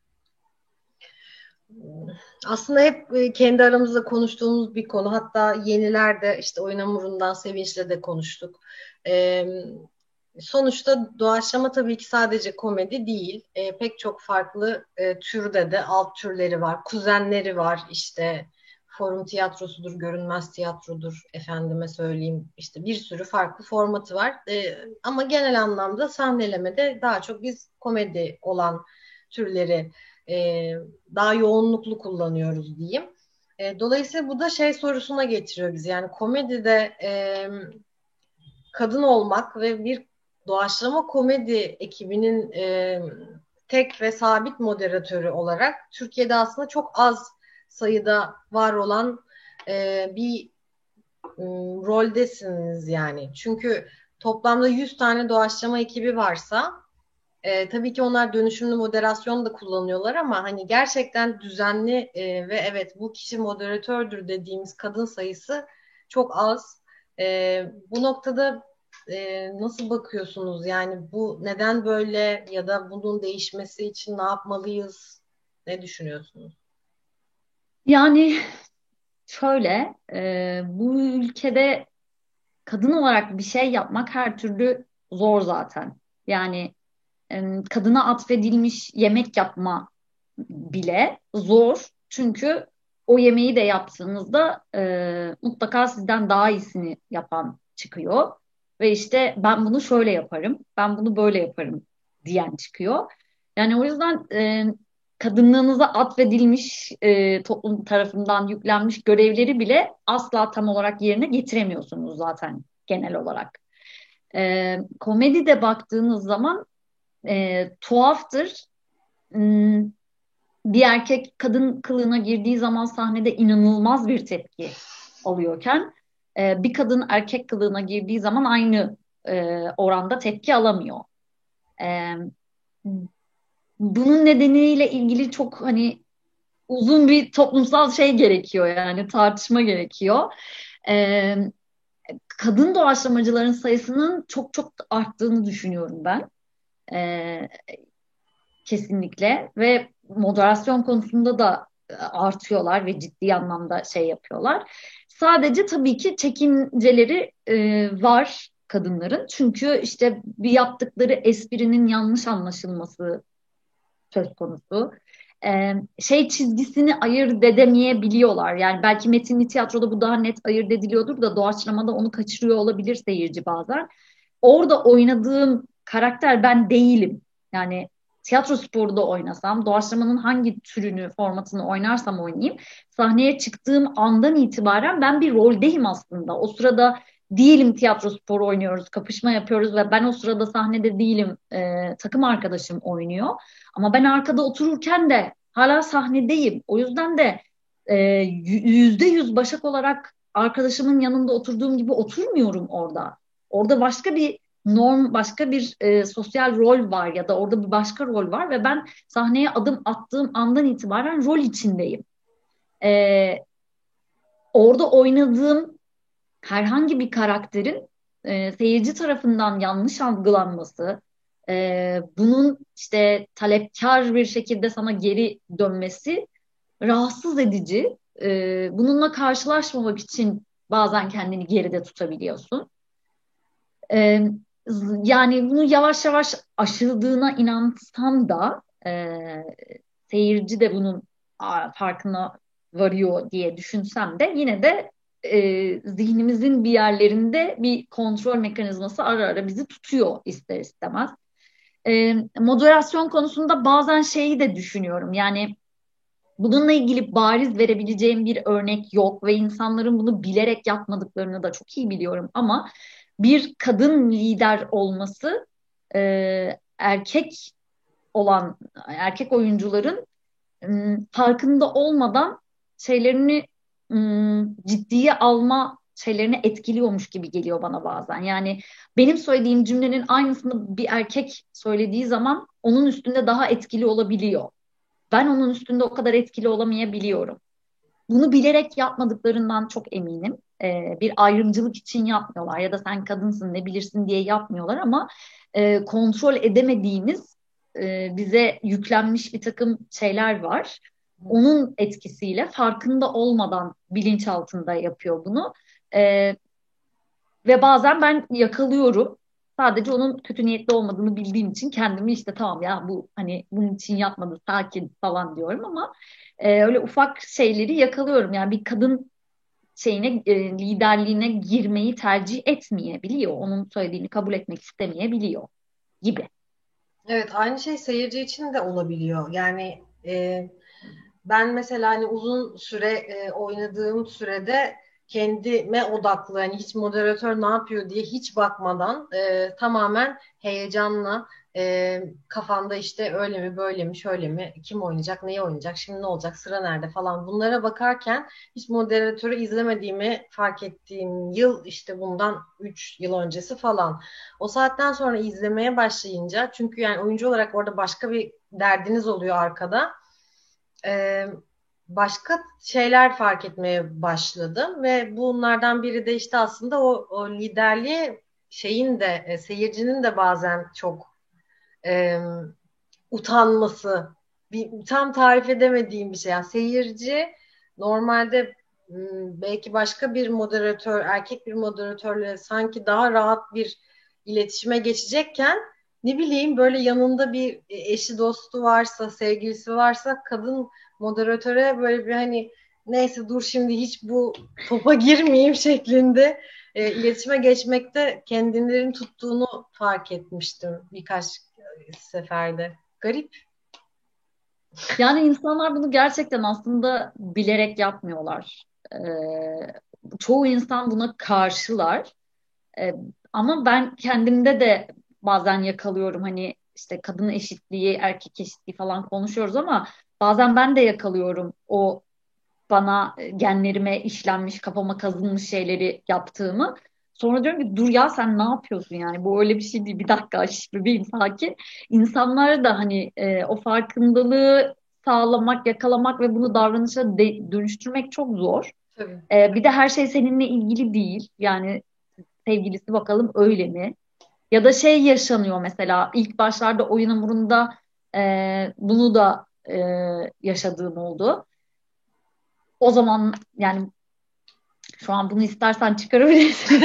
aslında hep e, kendi aramızda konuştuğumuz bir konu. Hatta yenilerde işte oyun hamurundan Sevinç'le de konuştuk. E, sonuçta doğaçlama tabii ki sadece komedi değil. E, pek çok farklı e, türde de alt türleri var. Kuzenleri var işte. Forum tiyatrosudur, görünmez tiyatrodur, efendime söyleyeyim. İşte bir sürü farklı formatı var. E, ama genel anlamda sahnelemede daha çok biz komedi olan türleri e, daha yoğunluklu kullanıyoruz diyeyim. E, dolayısıyla bu da şey sorusuna getiriyor bizi. Yani komedide e, kadın olmak ve bir doğaçlama komedi ekibinin e, tek ve sabit moderatörü olarak Türkiye'de aslında çok az sayıda var olan e, bir e, roldesiniz yani. Çünkü toplamda yüz tane doğaçlama ekibi varsa e, tabii ki onlar dönüşümlü moderasyon da kullanıyorlar ama hani gerçekten düzenli e, ve evet bu kişi moderatördür dediğimiz kadın sayısı çok az. E, bu noktada e, nasıl bakıyorsunuz? Yani bu neden böyle ya da bunun değişmesi için ne yapmalıyız? Ne düşünüyorsunuz? Yani şöyle, e, bu ülkede kadın olarak bir şey yapmak her türlü zor zaten. Yani e, kadına atfedilmiş yemek yapma bile zor. Çünkü o yemeği de yaptığınızda e, mutlaka sizden daha iyisini yapan çıkıyor. Ve işte ben bunu şöyle yaparım, ben bunu böyle yaparım diyen çıkıyor. Yani o yüzden e, kadınlığınıza atfedilmiş e, toplum tarafından yüklenmiş görevleri bile asla tam olarak yerine getiremiyorsunuz zaten genel olarak. E, komedide baktığınız zaman e, tuhaftır. Hmm, Bir erkek kadın kılığına girdiği zaman sahnede inanılmaz bir tepki alıyorken e, bir kadın erkek kılığına girdiği zaman aynı e, oranda tepki alamıyor. E, bunun nedeniyle ilgili çok hani uzun bir toplumsal şey gerekiyor yani tartışma gerekiyor. E, kadın doğaçlamacıların sayısının çok çok arttığını düşünüyorum ben. E, Kesinlikle ve moderasyon konusunda da e, artıyorlar ve ciddi anlamda şey yapıyorlar. Sadece tabii ki çekinceleri e, var kadınların. Çünkü işte bir yaptıkları esprinin yanlış anlaşılması söz konusu. Ee, şey çizgisini ayırt edemeyebiliyorlar. Yani belki metinli tiyatroda bu daha net ayırt ediliyordur da doğaçlamada onu kaçırıyor olabilir seyirci bazen. Orada oynadığım karakter ben değilim. Yani tiyatro sporu da oynasam, doğaçlamanın hangi türünü, formatını oynarsam oynayayım, sahneye çıktığım andan itibaren ben bir roldeyim aslında. O sırada diyelim tiyatro sporu oynuyoruz, kapışma yapıyoruz ve ben o sırada sahnede değilim, e, takım arkadaşım oynuyor. Ama ben arkada otururken de hala sahnedeyim. O yüzden de e, yüzde yüz Başak olarak arkadaşımın yanında oturduğum gibi oturmuyorum orada. Orada başka bir norm, başka bir e, sosyal rol var ya da orada bir başka rol var ve ben sahneye adım attığım andan itibaren rol içindeyim. E, orada oynadığım herhangi bir karakterin e, seyirci tarafından yanlış algılanması, e, bunun işte talepkar bir şekilde sana geri dönmesi rahatsız edici. E, bununla karşılaşmamak için bazen kendini geride tutabiliyorsun. E, Yani bunu yavaş yavaş aşıldığına inansam da e, seyirci de bunun a, farkına varıyor diye düşünsem de yine de e, zihnimizin bir yerlerinde bir kontrol mekanizması ara ara bizi tutuyor ister istemez. E, moderasyon konusunda bazen şeyi de düşünüyorum. Yani bununla ilgili bariz verebileceğim bir örnek yok ve insanların bunu bilerek yapmadıklarını da çok iyi biliyorum. Ama bir kadın lider olması e, erkek olan erkek oyuncuların ım, farkında olmadan şeylerini ım, ciddiye alma şeylerini etkiliyormuş gibi geliyor bana bazen. Yani benim söylediğim cümlenin aynısını bir erkek söylediği zaman onun üstünde daha etkili olabiliyor. Ben onun üstünde o kadar etkili olamayabiliyorum. Bunu bilerek yapmadıklarından çok eminim. Ee, bir ayrımcılık için yapmıyorlar ya da sen kadınsın ne bilirsin diye yapmıyorlar ama e, kontrol edemediğimiz e, bize yüklenmiş bir takım şeyler var. Onun etkisiyle farkında olmadan bilinç altında yapıyor bunu. Ee, Ve bazen ben yakalıyorum. Sadece onun kötü niyetli olmadığını bildiğim için kendimi işte tamam ya bu hani bunun için yapmadı sakin falan diyorum ama e, öyle ufak şeyleri yakalıyorum. Yani bir kadın şeyine e, liderliğine girmeyi tercih etmeyebiliyor. Onun söylediğini kabul etmek istemeyebiliyor gibi. Evet, aynı şey seyirci için de olabiliyor. Yani e, ben mesela hani uzun süre e, oynadığım sürede kendime odaklı, hani hiç moderatör ne yapıyor diye hiç bakmadan e, tamamen heyecanla e, kafamda işte öyle mi böyle mi şöyle mi kim oynayacak neyi oynayacak şimdi ne olacak sıra nerede falan bunlara bakarken hiç moderatörü izlemediğimi fark ettiğim yıl işte bundan üç yıl öncesi falan. O saatten sonra izlemeye başlayınca çünkü yani oyuncu olarak orada başka bir derdiniz oluyor arkada. Ee, Başka şeyler fark etmeye başladım ve bunlardan biri de işte aslında o, o liderliğe şeyin de e, seyircinin de bazen çok e, utanması bir, tam tarif edemediğim bir şey. Yani seyirci normalde m, belki başka bir moderatör, erkek bir moderatörle sanki daha rahat bir iletişime geçecekken ne bileyim böyle yanında bir eşi dostu varsa, sevgilisi varsa kadın moderatöre böyle bir hani neyse dur şimdi hiç bu topa girmeyeyim şeklinde e, iletişime geçmekte kendilerini tuttuğunu fark etmiştim birkaç seferde. Garip. Yani insanlar bunu gerçekten aslında bilerek yapmıyorlar. Ee, Çoğu insan buna karşılar. Ee, Ama ben kendimde de bazen yakalıyorum hani işte kadın eşitliği, erkek eşitliği falan konuşuyoruz ama bazen ben de yakalıyorum o bana e, genlerime işlenmiş, kafama kazınmış şeyleri yaptığımı. Sonra diyorum ki dur ya sen ne yapıyorsun yani bu öyle bir şey değil bir dakika şş, bebeğim sakin. İnsanlar da hani e, o farkındalığı sağlamak, yakalamak ve bunu davranışa de- dönüştürmek çok zor. Tabii. E, bir de her şey seninle ilgili değil. Yani sevgilisi bakalım öyle mi? Ya da şey yaşanıyor mesela ilk başlarda oyun hamurunda e, bunu da e, yaşadığım oldu. O zaman yani şu an bunu istersen çıkarabilirsin.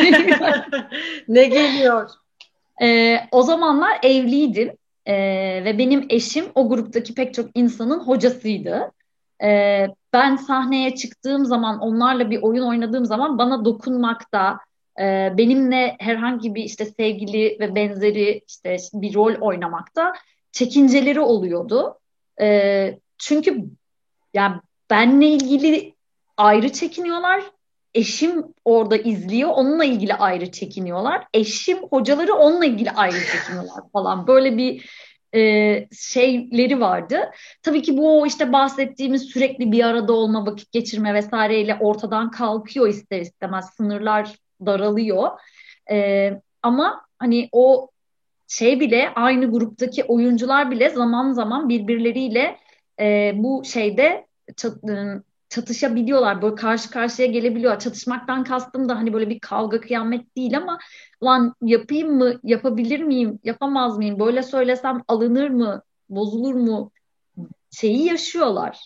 Ne geliyor? E, o zamanlar evliydim. E, Ve benim eşim o gruptaki pek çok insanın hocasıydı. E, Ben sahneye çıktığım zaman onlarla bir oyun oynadığım zaman bana dokunmakta, e, benimle herhangi bir işte sevgili ve benzeri işte bir rol oynamakta çekinceleri oluyordu. E, çünkü yani benle ilgili ayrı çekiniyorlar. Eşim orada izliyor. Onunla ilgili ayrı çekiniyorlar. Eşim hocaları onunla ilgili ayrı çekiniyorlar falan. Böyle bir e, şeyleri vardı. Tabii ki bu işte bahsettiğimiz sürekli bir arada olma, vakit geçirme vesaireyle ortadan kalkıyor ister istemez. Sınırlar daralıyor. E, Ama hani o şey bile aynı gruptaki oyuncular bile zaman zaman birbirleriyle e, bu şeyde çatışabiliyorlar. Böyle karşı karşıya gelebiliyor. Çatışmaktan kastım da hani böyle bir kavga kıyamet değil ama lan yapayım mı, yapabilir miyim, yapamaz mıyım? Böyle söylesem alınır mı, bozulur mu? Şeyi yaşıyorlar.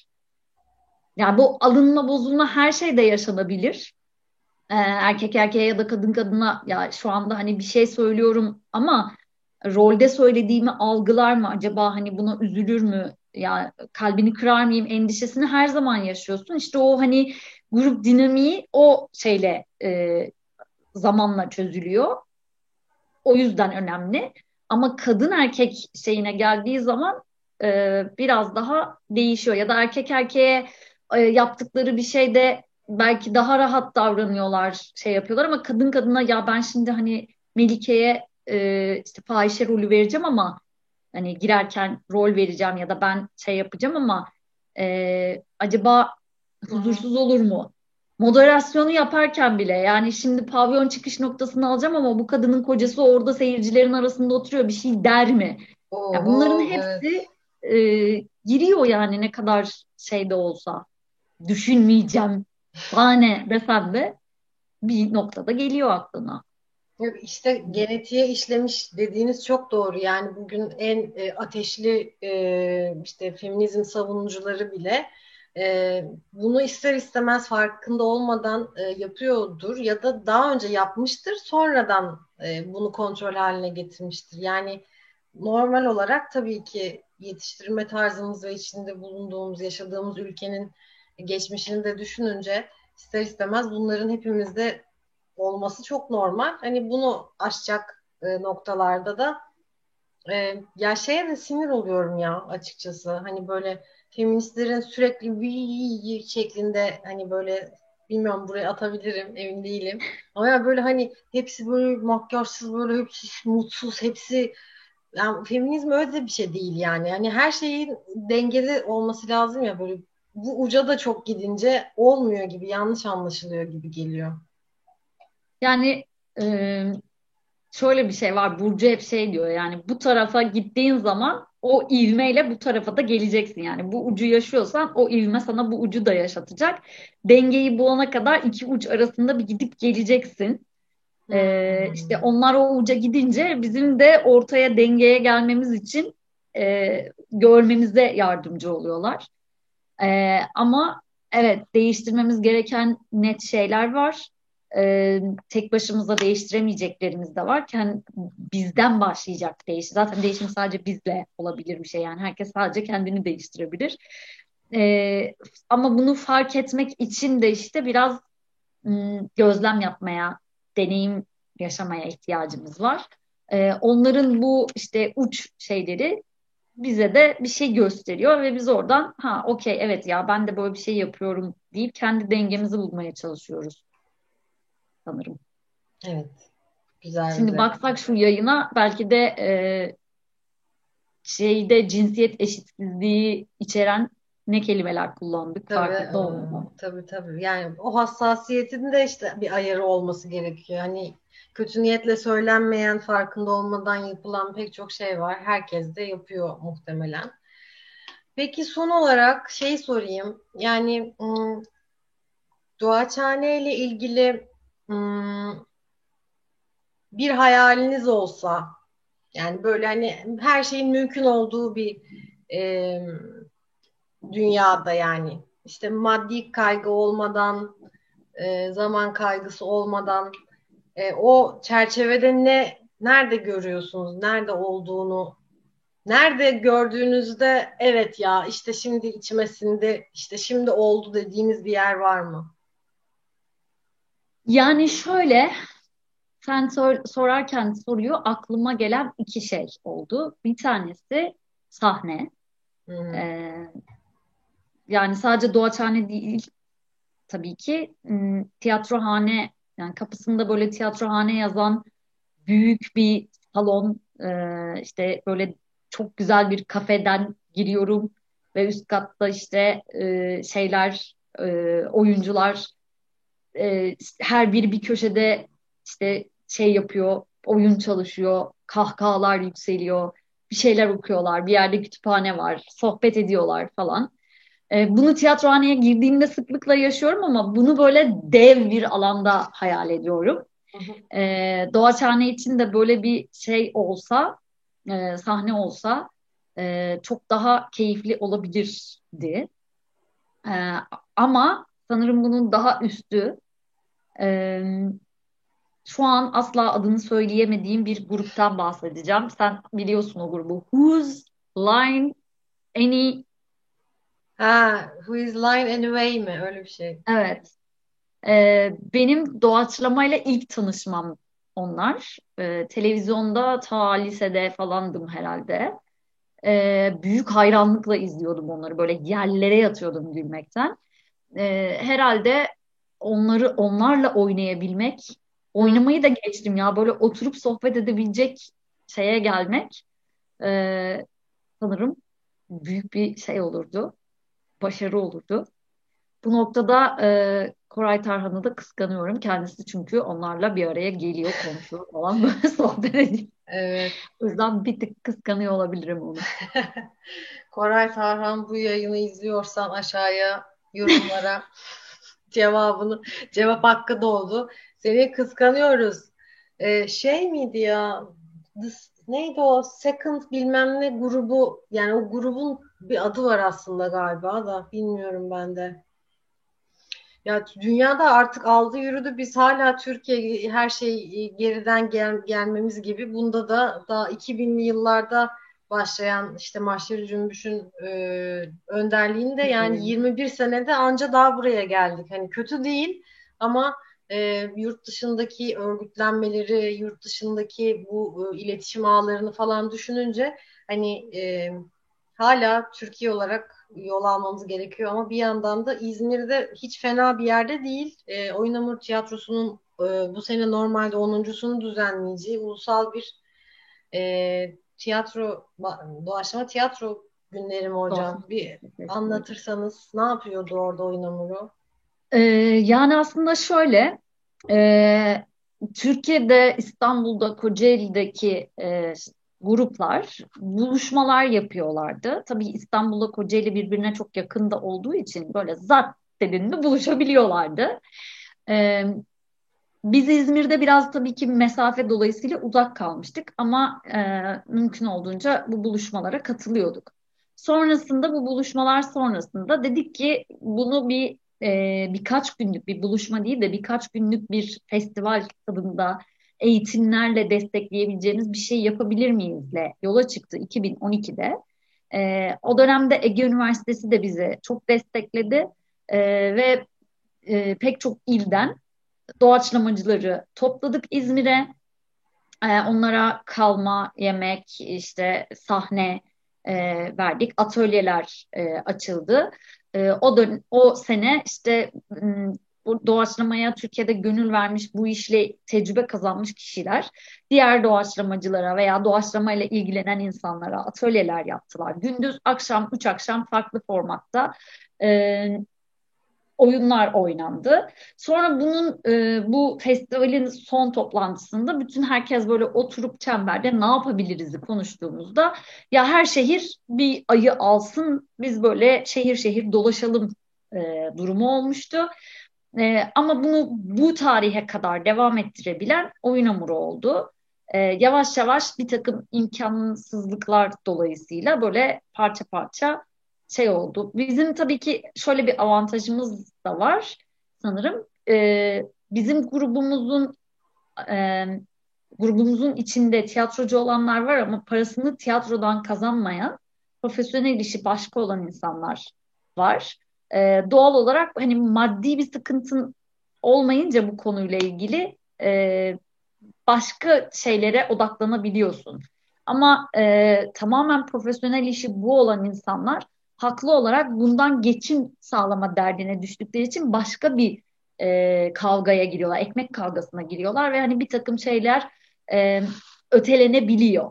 Yani bu alınma, bozulma her şeyde yaşanabilir. Ee, erkek erkeğe ya da kadın kadına ya şu anda hani bir şey söylüyorum ama rolde söylediğimi algılar mı acaba, hani buna üzülür mü, ya kalbini kırar mıyım endişesini her zaman yaşıyorsun. İşte o hani grup dinamiği o şeyle e, zamanla çözülüyor. O yüzden önemli. Ama kadın erkek şeyine geldiği zaman e, biraz daha değişiyor. Ya da erkek erkeğe e, yaptıkları bir şeyde belki daha rahat davranıyorlar, şey yapıyorlar ama kadın kadına ya ben şimdi hani Melike'ye e, işte fahişe rolü vereceğim ama hani girerken rol vereceğim ya da ben şey yapacağım ama e, acaba Hı hı. huzursuz olur mu? Moderasyonu yaparken bile yani şimdi pavyon çıkış noktasını alacağım ama bu kadının kocası orada seyircilerin arasında oturuyor, bir şey der mi? Ya bunların Oho, hepsi evet. e, giriyor yani, ne kadar şeyde olsa düşünmeyeceğim bana ne desem de bir noktada geliyor aklına. Evet, İşte genetiğe işlemiş dediğiniz çok doğru. Yani bugün en e, ateşli e, işte feminizm savunucuları bile e, bunu ister istemez farkında olmadan e, yapıyordur ya da daha önce yapmıştır, sonradan e, bunu kontrol haline getirmiştir. Yani normal olarak tabii ki yetiştirme tarzımız ve içinde bulunduğumuz, yaşadığımız ülkenin geçmişini de düşününce ister istemez bunların hepimizde olması çok normal. Hani bunu aşacak e, noktalarda da e, ya şeye de sinir oluyorum ya açıkçası. Hani böyle feministlerin sürekli bir şeklinde hani böyle bilmiyorum buraya atabilirim emin değilim. Ama ya böyle hani hepsi böyle makyajsız böyle hepsi mutsuz hepsi yani feminizm öyle de bir şey değil yani. Yani her şeyin dengeli olması lazım ya böyle bu uca da çok gidince olmuyor gibi yanlış anlaşılıyor gibi geliyor. Yani e, şöyle bir şey var. Burcu hep şey diyor, yani bu tarafa gittiğin zaman o ivmeyle bu tarafa da geleceksin. Yani bu ucu yaşıyorsan o ivme sana bu ucu da yaşatacak. Dengeyi bulana kadar iki uç arasında bir gidip geleceksin. Ee, işte Hmm. onlar o uca gidince bizim de ortaya dengeye gelmemiz için e, görmemize yardımcı oluyorlar. Ee, ama evet, değiştirmemiz gereken net şeyler var. Ee, tek başımıza değiştiremeyeceklerimiz de var. Yani bizden başlayacak değiş. Zaten değişim sadece bizle olabilir bir şey. Yani herkes sadece kendini değiştirebilir. Ee, ama bunu fark etmek için de işte biraz ım, gözlem yapmaya, deneyim yaşamaya ihtiyacımız var. Ee, onların bu işte uç şeyleri bize de bir şey gösteriyor ve biz oradan ha okey evet ya ben de böyle bir şey yapıyorum deyip kendi dengemizi bulmaya çalışıyoruz sanırım. Evet, güzeldi. Şimdi baksak şu yayına belki de e, şeyde cinsiyet eşitsizliği içeren ne kelimeler kullandık Tabii, farkında ıı, olmadan. tabii tabii. Yani o hassasiyetin de işte bir ayarı olması gerekiyor. Hani kötü niyetle söylenmeyen, farkında olmadan yapılan pek çok şey var. Herkes de yapıyor muhtemelen. Peki son olarak şey sorayım. Yani ım, Doğaçhane ile ilgili ım, bir hayaliniz olsa, yani böyle hani her şeyin mümkün olduğu bir em, dünyada yani işte maddi kaygı olmadan e, zaman kaygısı olmadan e, o çerçevede ne nerede görüyorsunuz? Nerede olduğunu nerede gördüğünüzde evet ya işte şimdi içime sindi işte şimdi oldu dediğiniz bir yer var mı? Yani şöyle, sen sor- sorarken soruyu aklıma gelen iki şey oldu. Bir tanesi sahne. Hı hı. Ee, yani sadece Doğaçhane değil tabii ki. Hmm, tiyatrohane, yani kapısında böyle tiyatrohane yazan büyük bir salon, e, işte böyle çok güzel bir kafeden giriyorum ve üst katta işte e, şeyler, e, oyuncular, e, her biri bir köşede işte şey yapıyor, oyun çalışıyor, kahkahalar yükseliyor, bir şeyler okuyorlar, bir yerde kütüphane var, sohbet ediyorlar falan. E, bunu tiyatrohaneye girdiğimde sıklıkla yaşıyorum ama bunu böyle dev bir alanda hayal ediyorum. Hı hı. E, Doğaçhane için de böyle bir şey olsa, e, sahne olsa e, çok daha keyifli olabilirdi. E, Ama sanırım bunun daha üstü. e, Şu an asla adını söyleyemediğim bir gruptan bahsedeceğim. Sen biliyorsun o grubu. Whose Line Any... Ha, Who is Lying Anyway mi? Öyle bir şey. Evet. Ee, benim doğaçlamayla ilk tanışmam onlar. Ee, televizyonda ta lisede falandım herhalde. Ee, büyük hayranlıkla izliyordum onları. Böyle yerlere yatıyordum gülmekten. Ee, herhalde onları onlarla oynayabilmek, Hı. oynamayı da geçtim ya. Böyle oturup sohbet edebilecek şeye gelmek ee, sanırım büyük bir şey olurdu. Başarı olurdu. Bu noktada e, Koray Tarhan'ı da kıskanıyorum. Kendisi çünkü onlarla bir araya geliyor, konuşuyor falan böyle sohbet ediyor. Evet. O yüzden bir tık kıskanıyor olabilirim onu. Koray Tarhan, bu yayını izliyorsan aşağıya yorumlara cevabını cevap hakkı doğdu. Seni kıskanıyoruz. Ee, şey miydi ya? This- neydi o? Second bilmem ne grubu, yani o grubun bir adı var aslında galiba da bilmiyorum ben de. Ya dünyada artık aldı yürüdü. Biz hala Türkiye her şey geriden gel, gelmemiz gibi. Bunda da daha iki binli yıllarda başlayan işte Mahşeri Cümbüş'ün e, önderliğinde, yani Hmm. yirmi bir senede anca daha buraya geldik. Hani kötü değil ama e, yurt dışındaki örgütlenmeleri, yurt dışındaki bu e, iletişim ağlarını falan düşününce hani e, hala Türkiye olarak yol almamız gerekiyor ama bir yandan da İzmir'de hiç fena bir yerde değil. E, Oyun Tiyatrosu'nun e, bu sene normalde onuncusunu düzenleyeceği ulusal bir e, tiyatro, doğaçlama tiyatro günleri mi hocam? Doğaçlama Bir festivalleri. anlatırsanız ne yapıyordu orada Oyun Hamuru? Ee, Yani aslında şöyle, e, Türkiye'de, İstanbul'da, Kocaeli'deki e, gruplar buluşmalar yapıyorlardı. Tabii İstanbul'da Kocaeli birbirine çok yakında olduğu için böyle zat dediğinde buluşabiliyorlardı. Ee, Biz İzmir'de biraz tabii ki mesafe dolayısıyla uzak kalmıştık ama e, mümkün olduğunca bu buluşmalara katılıyorduk. Sonrasında bu buluşmalar sonrasında dedik ki bunu bir e, birkaç günlük bir buluşma değil de birkaç günlük bir festival tadında eğitimlerle destekleyebileceğimiz bir şey yapabilir miyizle yola çıktı iki bin on ikide. E, o dönemde Ege Üniversitesi de bizi çok destekledi E, ve e, pek çok ilden doğaçlamacıları topladık İzmir'e. Ee, onlara kalma, yemek, işte sahne e, verdik. Atölyeler e, açıldı. E, o dön o sene işte m, bu doğaçlamaya Türkiye'de gönül vermiş, bu işle tecrübe kazanmış kişiler diğer doğaçlamacılara veya doğaçlamayla ilgilenen insanlara atölyeler yaptılar. Gündüz, akşam, üç akşam farklı formatta e, oyunlar oynandı. Sonra bunun e, bu festivalin son toplantısında bütün herkes böyle oturup çemberde ne yapabiliriz'i konuştuğumuzda ya her şehir bir ayı alsın biz böyle şehir şehir dolaşalım e, durumu olmuştu. E, ama bunu bu tarihe kadar devam ettirebilen oyun hamuru oldu. E, yavaş yavaş bir takım imkansızlıklar dolayısıyla böyle parça parça şey oldu. Bizim tabii ki şöyle bir avantajımız da var sanırım. E, bizim grubumuzun e, grubumuzun içinde tiyatrocu olanlar var ama parasını tiyatrodan kazanmayan, profesyonel işi başka olan insanlar var. E, doğal olarak hani maddi bir sıkıntın olmayınca bu konuyla ilgili e, başka şeylere odaklanabiliyorsun. Ama e, tamamen profesyonel işi bu olan insanlar haklı olarak bundan geçim sağlama derdine düştükleri için başka bir e, kavgaya giriyorlar. Ekmek kavgasına giriyorlar ve hani bir takım şeyler e, ötelenebiliyor.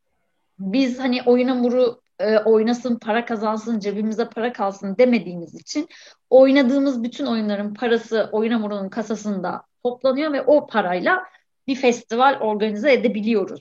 Biz hani oyun hamuru e, oynasın, para kazansın, cebimize para kalsın demediğimiz için oynadığımız bütün oyunların parası oyun hamurunun kasasında toplanıyor ve o parayla bir festival organize edebiliyoruz.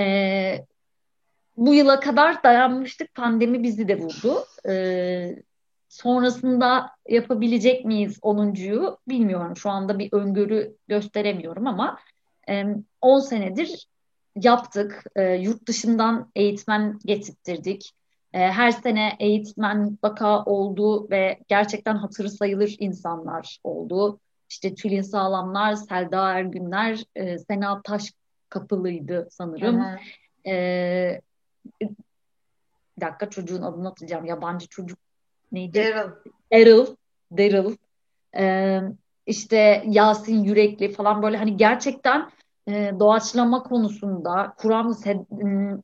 E, Bu yıla kadar dayanmıştık. Pandemi bizi de vurdu. E, sonrasında yapabilecek miyiz onuncuyu bilmiyorum. Şu anda bir öngörü gösteremiyorum ama e, on senedir yaptık. E, yurt dışından eğitmen getirttirdik. E, her sene eğitmen mutlaka oldu ve gerçekten hatırı sayılır insanlar oldu. İşte Tülin Sağlamlar, Selda Ergünler, e, Sena Taşkapılı'ydı Hı sanırım. hı. E, Bir dakika, çocuğun adını atacağım. Yabancı çocuk neydi? Daryl. Daryl. Daryl. Ee, işte Yasin Yürekli falan, böyle hani gerçekten e, doğaçlama konusunda Kur'an se- hmm,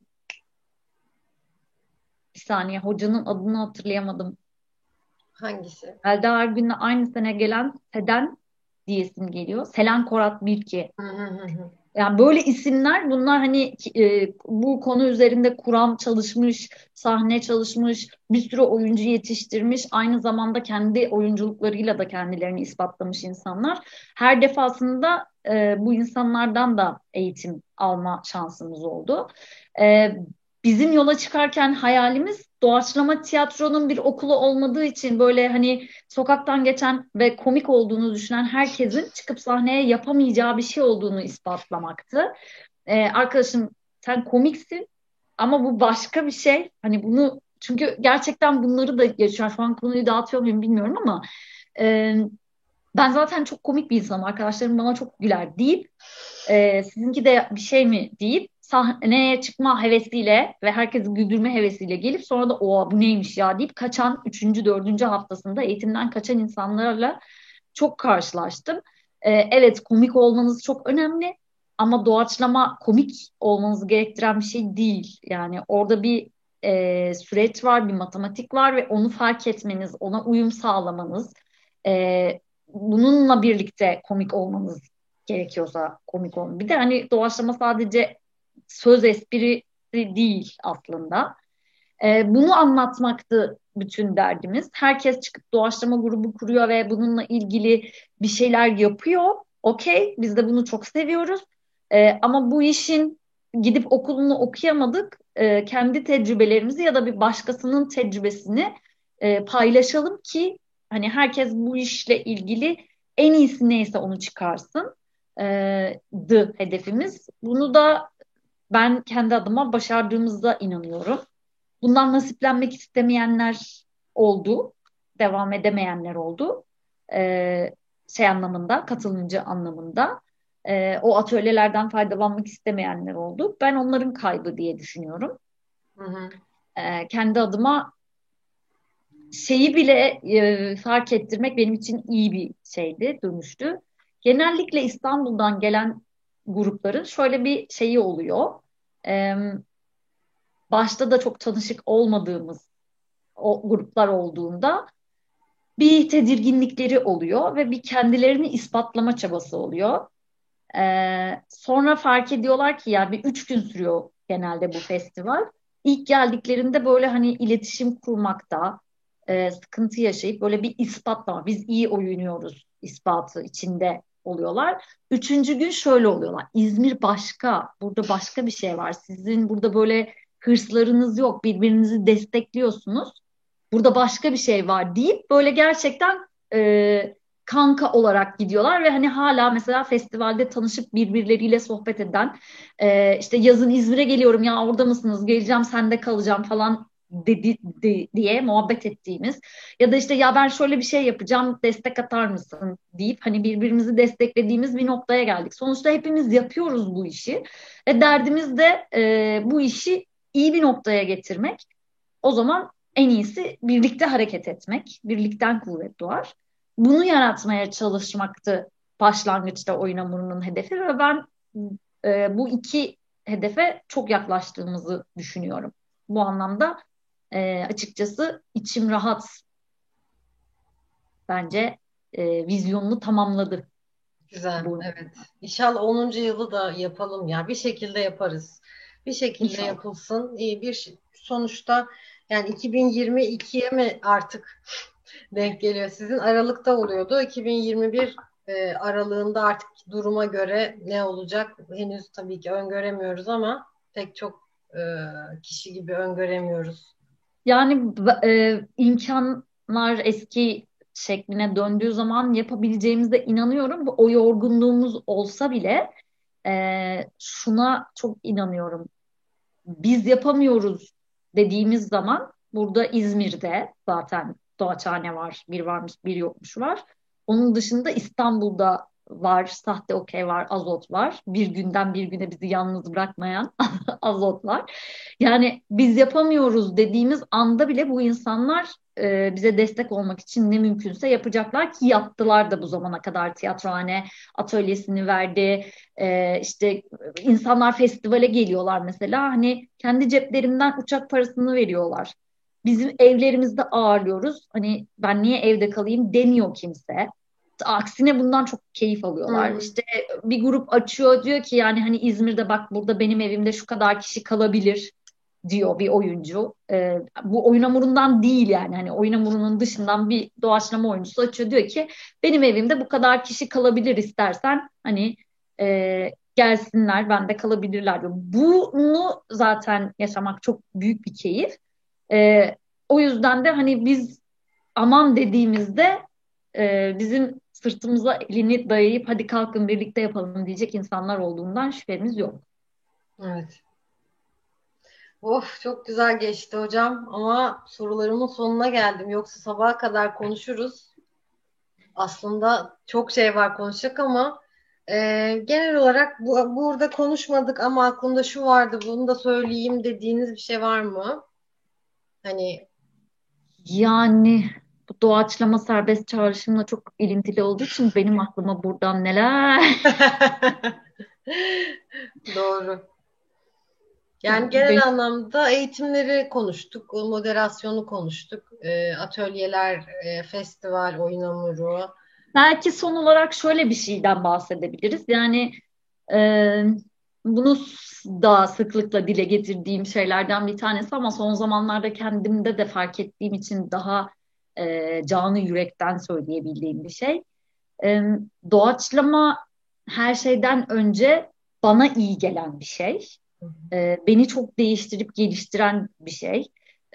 bir saniye, hocanın adını hatırlayamadım. Hangisi? Elda Ergün'le aynı sene gelen Seden diyesim geliyor. Selen Korat Bilki. Hı hı hı hı. Yani böyle isimler, bunlar hani e, bu konu üzerinde Kur'an çalışmış, sahne çalışmış, bir sürü oyuncu yetiştirmiş, aynı zamanda kendi oyunculuklarıyla da kendilerini ispatlamış insanlar. Her defasında e, bu insanlardan da eğitim alma şansımız oldu. E, Bizim yola çıkarken hayalimiz, doğaçlama tiyatronun bir okulu olmadığı için böyle hani sokaktan geçen ve komik olduğunu düşünen herkesin çıkıp sahneye yapamayacağı bir şey olduğunu ispatlamaktı. Ee, arkadaşım, sen komiksin ama bu başka bir şey. Hani bunu, çünkü gerçekten bunları da yaşıyor. Şu an konuyu dağıtıyor muyum bilmiyorum ama e, ben zaten çok komik bir insanım. Arkadaşlarım bana çok güler deyip e, sizinki de bir şey mi deyip sahneye çıkma hevesiyle ve herkesi güldürme hevesiyle gelip sonra da o bu neymiş ya deyip kaçan üçüncü, dördüncü haftasında eğitimden kaçan insanlarla çok karşılaştım. E, evet, komik olmanız çok önemli ama doğaçlama komik olmanızı gerektiren bir şey değil. Yani orada bir e, süreç var, bir matematik var ve onu fark etmeniz, ona uyum sağlamanız, e, bununla birlikte komik olmanız gerekiyorsa komik olun. Bir de hani doğaçlama sadece söz esprisi değil aslında. Ee, bunu anlatmaktı bütün derdimiz. Herkes çıkıp doğaçlama grubu kuruyor ve bununla ilgili bir şeyler yapıyor. Okey, biz de bunu çok seviyoruz. Ee, ama bu işin gidip okulunu okuyamadık. Ee, kendi tecrübelerimizi ya da bir başkasının tecrübesini e, paylaşalım ki hani herkes bu işle ilgili en iyisi neyse onu çıkarsın. Ee, dı hedefimiz. Bunu da ben kendi adıma başardığımızda inanıyorum. Bundan nasiplenmek istemeyenler oldu. Devam edemeyenler oldu. Ee, Şey anlamında, katılımcı anlamında. Ee, o atölyelerden faydalanmak istemeyenler oldu. Ben onların kaybı diye düşünüyorum. Hı hı. Ee, kendi adıma şeyi bile e, fark ettirmek benim için iyi bir şeydi, dönüştü. Genellikle İstanbul'dan gelen grupların şöyle bir şeyi oluyor. Ee, Başta da çok tanışık olmadığımız o gruplar olduğunda bir tedirginlikleri oluyor ve bir kendilerini ispatlama çabası oluyor. Ee, sonra fark ediyorlar ki ya bir üç gün sürüyor genelde bu festival. İlk geldiklerinde böyle hani iletişim kurmakta e, sıkıntı yaşayıp böyle bir ispatlama, biz iyi oynuyoruz ispatı içinde oluyorlar. Üçüncü gün şöyle oluyorlar. İzmir başka, burada başka bir şey var. Sizin burada böyle hırslarınız yok, birbirinizi destekliyorsunuz. Burada başka bir şey var deyip böyle gerçekten e, kanka olarak gidiyorlar ve hani hala mesela festivalde tanışıp birbirleriyle sohbet eden, e, işte yazın İzmir'e geliyorum ya, orada mısınız, geleceğim sende kalacağım falan dedi, di- diye muhabbet ettiğimiz, ya da işte ya ben şöyle bir şey yapacağım, destek atar mısın deyip hani birbirimizi desteklediğimiz bir noktaya geldik. Sonuçta hepimiz yapıyoruz bu işi ve derdimiz de e, bu işi iyi bir noktaya getirmek. O zaman en iyisi birlikte hareket etmek. Birlikten kuvvet doğar. Bunu yaratmaya çalışmaktı başlangıçta oyun hamurunun hedefi ve ben e, bu iki hedefe çok yaklaştığımızı düşünüyorum. Bu anlamda e, açıkçası içim rahat, bence e, vizyonunu tamamladı Güzel, bu, evet. İnşallah onuncu yılı da yapalım ya. Bir şekilde yaparız. Bir şekilde inşallah. yapılsın. İyi bir şey- sonuçta yani iki bin yirmi ikiye mi artık denk geliyor? Sizin Aralık'ta oluyordu. iki bin yirmi bir e, aralığında artık duruma göre ne olacak? Henüz tabii ki öngöremiyoruz ama pek çok e, kişi gibi öngöremiyoruz. Yani e, imkan insanlar eski şekline döndüğü zaman yapabileceğimize inanıyorum. Bu- O yorgunluğumuz olsa bile e, şuna çok inanıyorum. Biz yapamıyoruz dediğimiz zaman burada İzmir'de zaten Doğaçhane var. Bir varmış bir yokmuş var. Onun dışında İstanbul'da var. Sahte okey var. Azot var. Bir günden bir güne bizi yalnız bırakmayan Azot var. Yani biz yapamıyoruz dediğimiz anda bile bu insanlar e, bize destek olmak için ne mümkünse yapacaklar ki yaptılar da bu zamana kadar. Tiyatrohane atölyesini verdi. E, işte insanlar festivale geliyorlar mesela. Hani kendi ceplerinden uçak parasını veriyorlar. Bizim evlerimizde ağırlıyoruz. Hani ben niye evde kalayım demiyor kimse. Aksine bundan çok keyif Hı alıyorlar. hı. İşte bir grup açıyor diyor ki yani hani İzmir'de bak burada benim evimde şu kadar kişi kalabilir diyor bir oyuncu. Ee, bu oyun hamurundan değil yani hani oyun hamurunun dışından bir doğaçlama oyuncusu açıyor diyor ki benim evimde bu kadar kişi kalabilir istersen hani e, gelsinler bende kalabilirler diyor. Bunu zaten yaşamak çok büyük bir keyif. Ee, O yüzden de hani biz aman dediğimizde e, bizim sırtımıza elini dayayıp hadi kalkın birlikte yapalım diyecek insanlar olduğundan şüphemiz yok. Evet. Of, çok güzel geçti hocam ama sorularımın sonuna geldim. Yoksa sabaha kadar konuşuruz. Aslında çok şey var konuşacak ama e, genel olarak bu, burada konuşmadık ama aklımda şu vardı, bunu da söyleyeyim dediğiniz bir şey var mı? Hani Yani bu doğaçlama serbest çağrışımla çok ilintili olduğu için benim aklıma buradan neler doğru. Yani yani genel benim anlamda eğitimleri konuştuk, moderasyonu konuştuk, e, atölyeler, e, festival, oyun hamuru. belki son olarak şöyle bir şeyden bahsedebiliriz. Yani e, bunu da sıklıkla dile getirdiğim şeylerden bir tanesi ama son zamanlarda kendimde de fark ettiğim için daha e, canı yürekten söyleyebildiğim bir şey. E, Doğaçlama her şeyden önce bana iyi gelen bir şey. E, beni çok değiştirip geliştiren bir şey. E,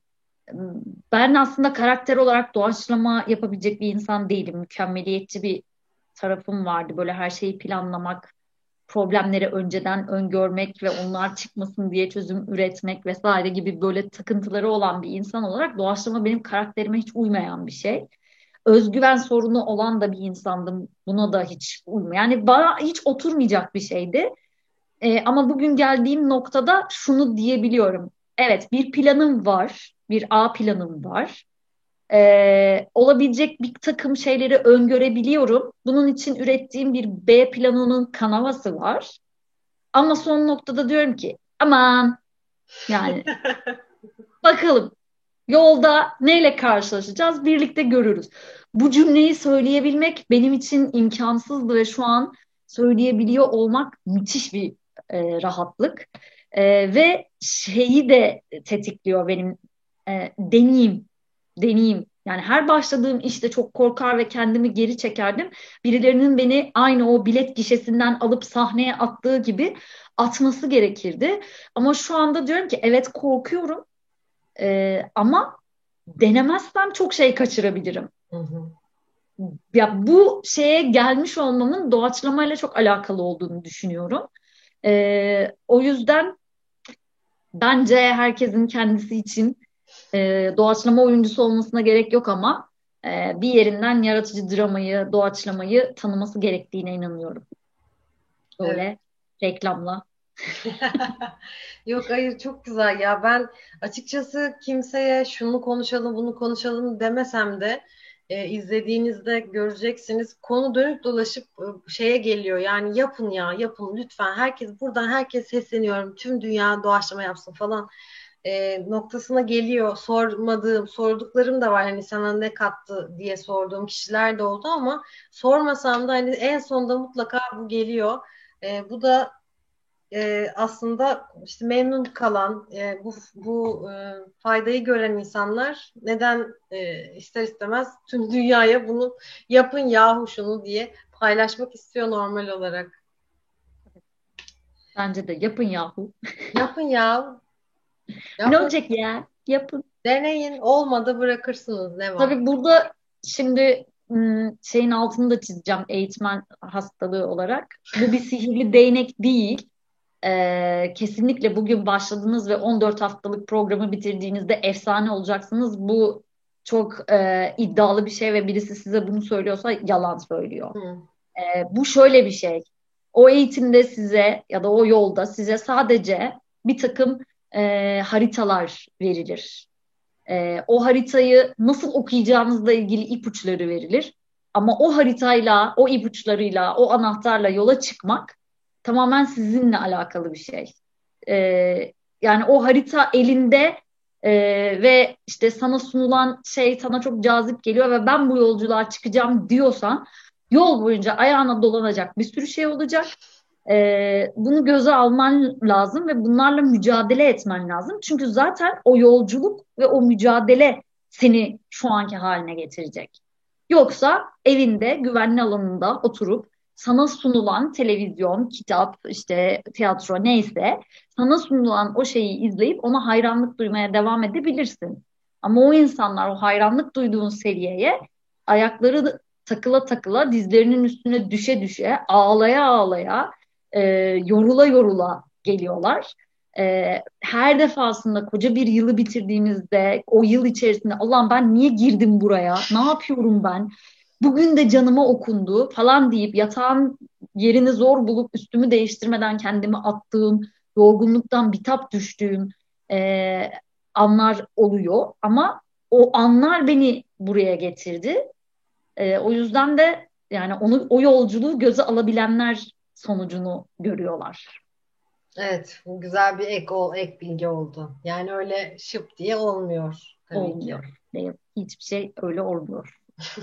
Ben aslında karakter olarak doğaçlama yapabilecek bir insan değilim. Mükemmeliyetçi bir tarafım vardı. Böyle her şeyi planlamak, problemleri önceden öngörmek ve onlar çıkmasın diye çözüm üretmek vesaire gibi böyle takıntıları olan bir insan olarak doğaçlama benim karakterime hiç uymayan bir şey. Özgüven sorunu olan da bir insandım. Buna da hiç uymuyor. Yani bana hiç oturmayacak bir şeydi. Ee, ama bugün geldiğim noktada şunu diyebiliyorum. Evet, bir planım var, bir A planım var. Ee, olabilecek bir takım şeyleri öngörebiliyorum. Bunun için ürettiğim bir B planının kanavası var. Ama son noktada diyorum ki aman yani bakalım yolda neyle karşılaşacağız birlikte görürüz. Bu cümleyi söyleyebilmek benim için imkansızdı ve şu an söyleyebiliyor olmak müthiş bir e, rahatlık. E, ve şeyi de tetikliyor benim e, deneyeyim, deneyeyim. Yani her başladığım işte çok korkar ve kendimi geri çekerdim. Birilerinin beni aynı o bilet gişesinden alıp sahneye attığı gibi atması gerekirdi. Ama şu anda diyorum ki evet korkuyorum. Ee, ama denemezsem çok şey kaçırabilirim. Hı hı. Ya bu şeye gelmiş olmamın doğaçlamayla çok alakalı olduğunu düşünüyorum. Ee, o yüzden bence herkesin kendisi için e, doğaçlama oyuncusu olmasına gerek yok ama e, bir yerinden yaratıcı dramayı, doğaçlamayı tanıması gerektiğine inanıyorum. Evet. Böyle reklamla. Yok, hayır, çok güzel ya. Ben açıkçası kimseye şunu konuşalım bunu konuşalım demesem de e, izlediğinizde göreceksiniz, konu dönüp dolaşıp e, şeye geliyor. Yani yapın ya, yapın lütfen, herkes buradan, herkes sesleniyorum, tüm dünya doğaçlama yapsın falan e, noktasına geliyor. Sormadığım, sorduklarım da var, hani sana ne kattı diye sorduğum kişiler de oldu ama sormasam da hani en sonunda mutlaka bu geliyor. E, bu da e, aslında işte memnun kalan, e, bu bu e, faydayı gören insanlar neden e, ister istemez tüm dünyaya bunu yapın yahu şunu diye paylaşmak istiyor normal olarak. Bence de yapın yahu. Yapın ya, Ne yapın. olacak ya? Yapın. Deneyin, olmadı bırakırsınız, ne var? Tabii burada şimdi ım, şeyin altını da çizeceğim eğitmen hastalığı olarak. Bu bir sihirli değnek değil. Ee, kesinlikle bugün başladınız ve on dört haftalık programı bitirdiğinizde efsane olacaksınız. Bu çok e, iddialı bir şey ve birisi size bunu söylüyorsa yalan söylüyor. Hı. Ee, bu şöyle bir şey. O eğitimde size ya da o yolda size sadece bir takım e, haritalar verilir. E, o haritayı nasıl okuyacağınızla ilgili ipuçları verilir. Ama o haritayla, o ipuçlarıyla, o anahtarla yola çıkmak tamamen sizinle alakalı bir şey. E, Yani o harita elinde e, ve işte sana sunulan şey sana çok cazip geliyor ve ben bu yolculuğa çıkacağım diyorsan yol boyunca ayağına dolanacak bir sürü şey olacak. Ee, bunu göze alman lazım ve bunlarla mücadele etmen lazım. Çünkü zaten o yolculuk ve o mücadele seni şu anki haline getirecek. Yoksa evinde güvenli alanında oturup sana sunulan televizyon, kitap, işte tiyatro neyse sana sunulan o şeyi izleyip ona hayranlık duymaya devam edebilirsin. Ama o insanlar o hayranlık duyduğun seviyeye ayakları takıla takıla dizlerinin üstüne düşe düşe ağlaya ağlaya e, yorula yorula geliyorlar. E, her defasında koca bir yılı bitirdiğimizde o yıl içerisinde Allah'ım ben niye girdim buraya? Ne yapıyorum ben? Bugün de canıma okundu falan deyip yatağın yerini zor bulup üstümü değiştirmeden kendimi attığım, yorgunluktan bitap düştüğüm e, anlar oluyor. Ama o anlar beni buraya getirdi. E, o yüzden de yani onu o yolculuğu göze alabilenler sonucunu görüyorlar. Evet, bu güzel bir ek, ol, ek bilgi oldu. Yani öyle şıp diye olmuyor tabii ki. Olmuyor. Ne yazık ki hiçbir şey öyle olmuyor.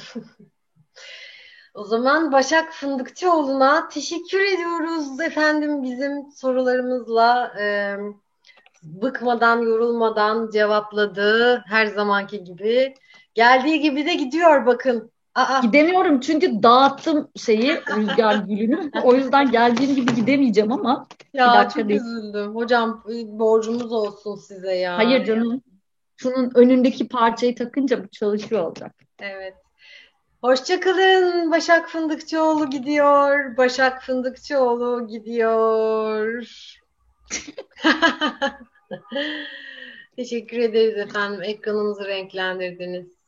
O zaman Başak Fındıkçıoğlu'na teşekkür ediyoruz efendim, bizim sorularımızla e, bıkmadan, yorulmadan cevapladı her zamanki gibi. Geldiği gibi de gidiyor bakın. Aa, Gidemiyorum çünkü dağıttım şeyi rüzgar gülünü. O yüzden geldiğim gibi gidemeyeceğim ama bir ya dakika çok değil. üzüldüm. Hocam borcumuz olsun size ya. Hayır canım. Şunun önündeki parçayı takınca bu çalışıyor olacak. Evet. Hoşça kalın. Başak Fındıkçıoğlu gidiyor. Başak Fındıkçıoğlu gidiyor. Teşekkür ederiz efendim. Ekranımızı renklendirdiniz.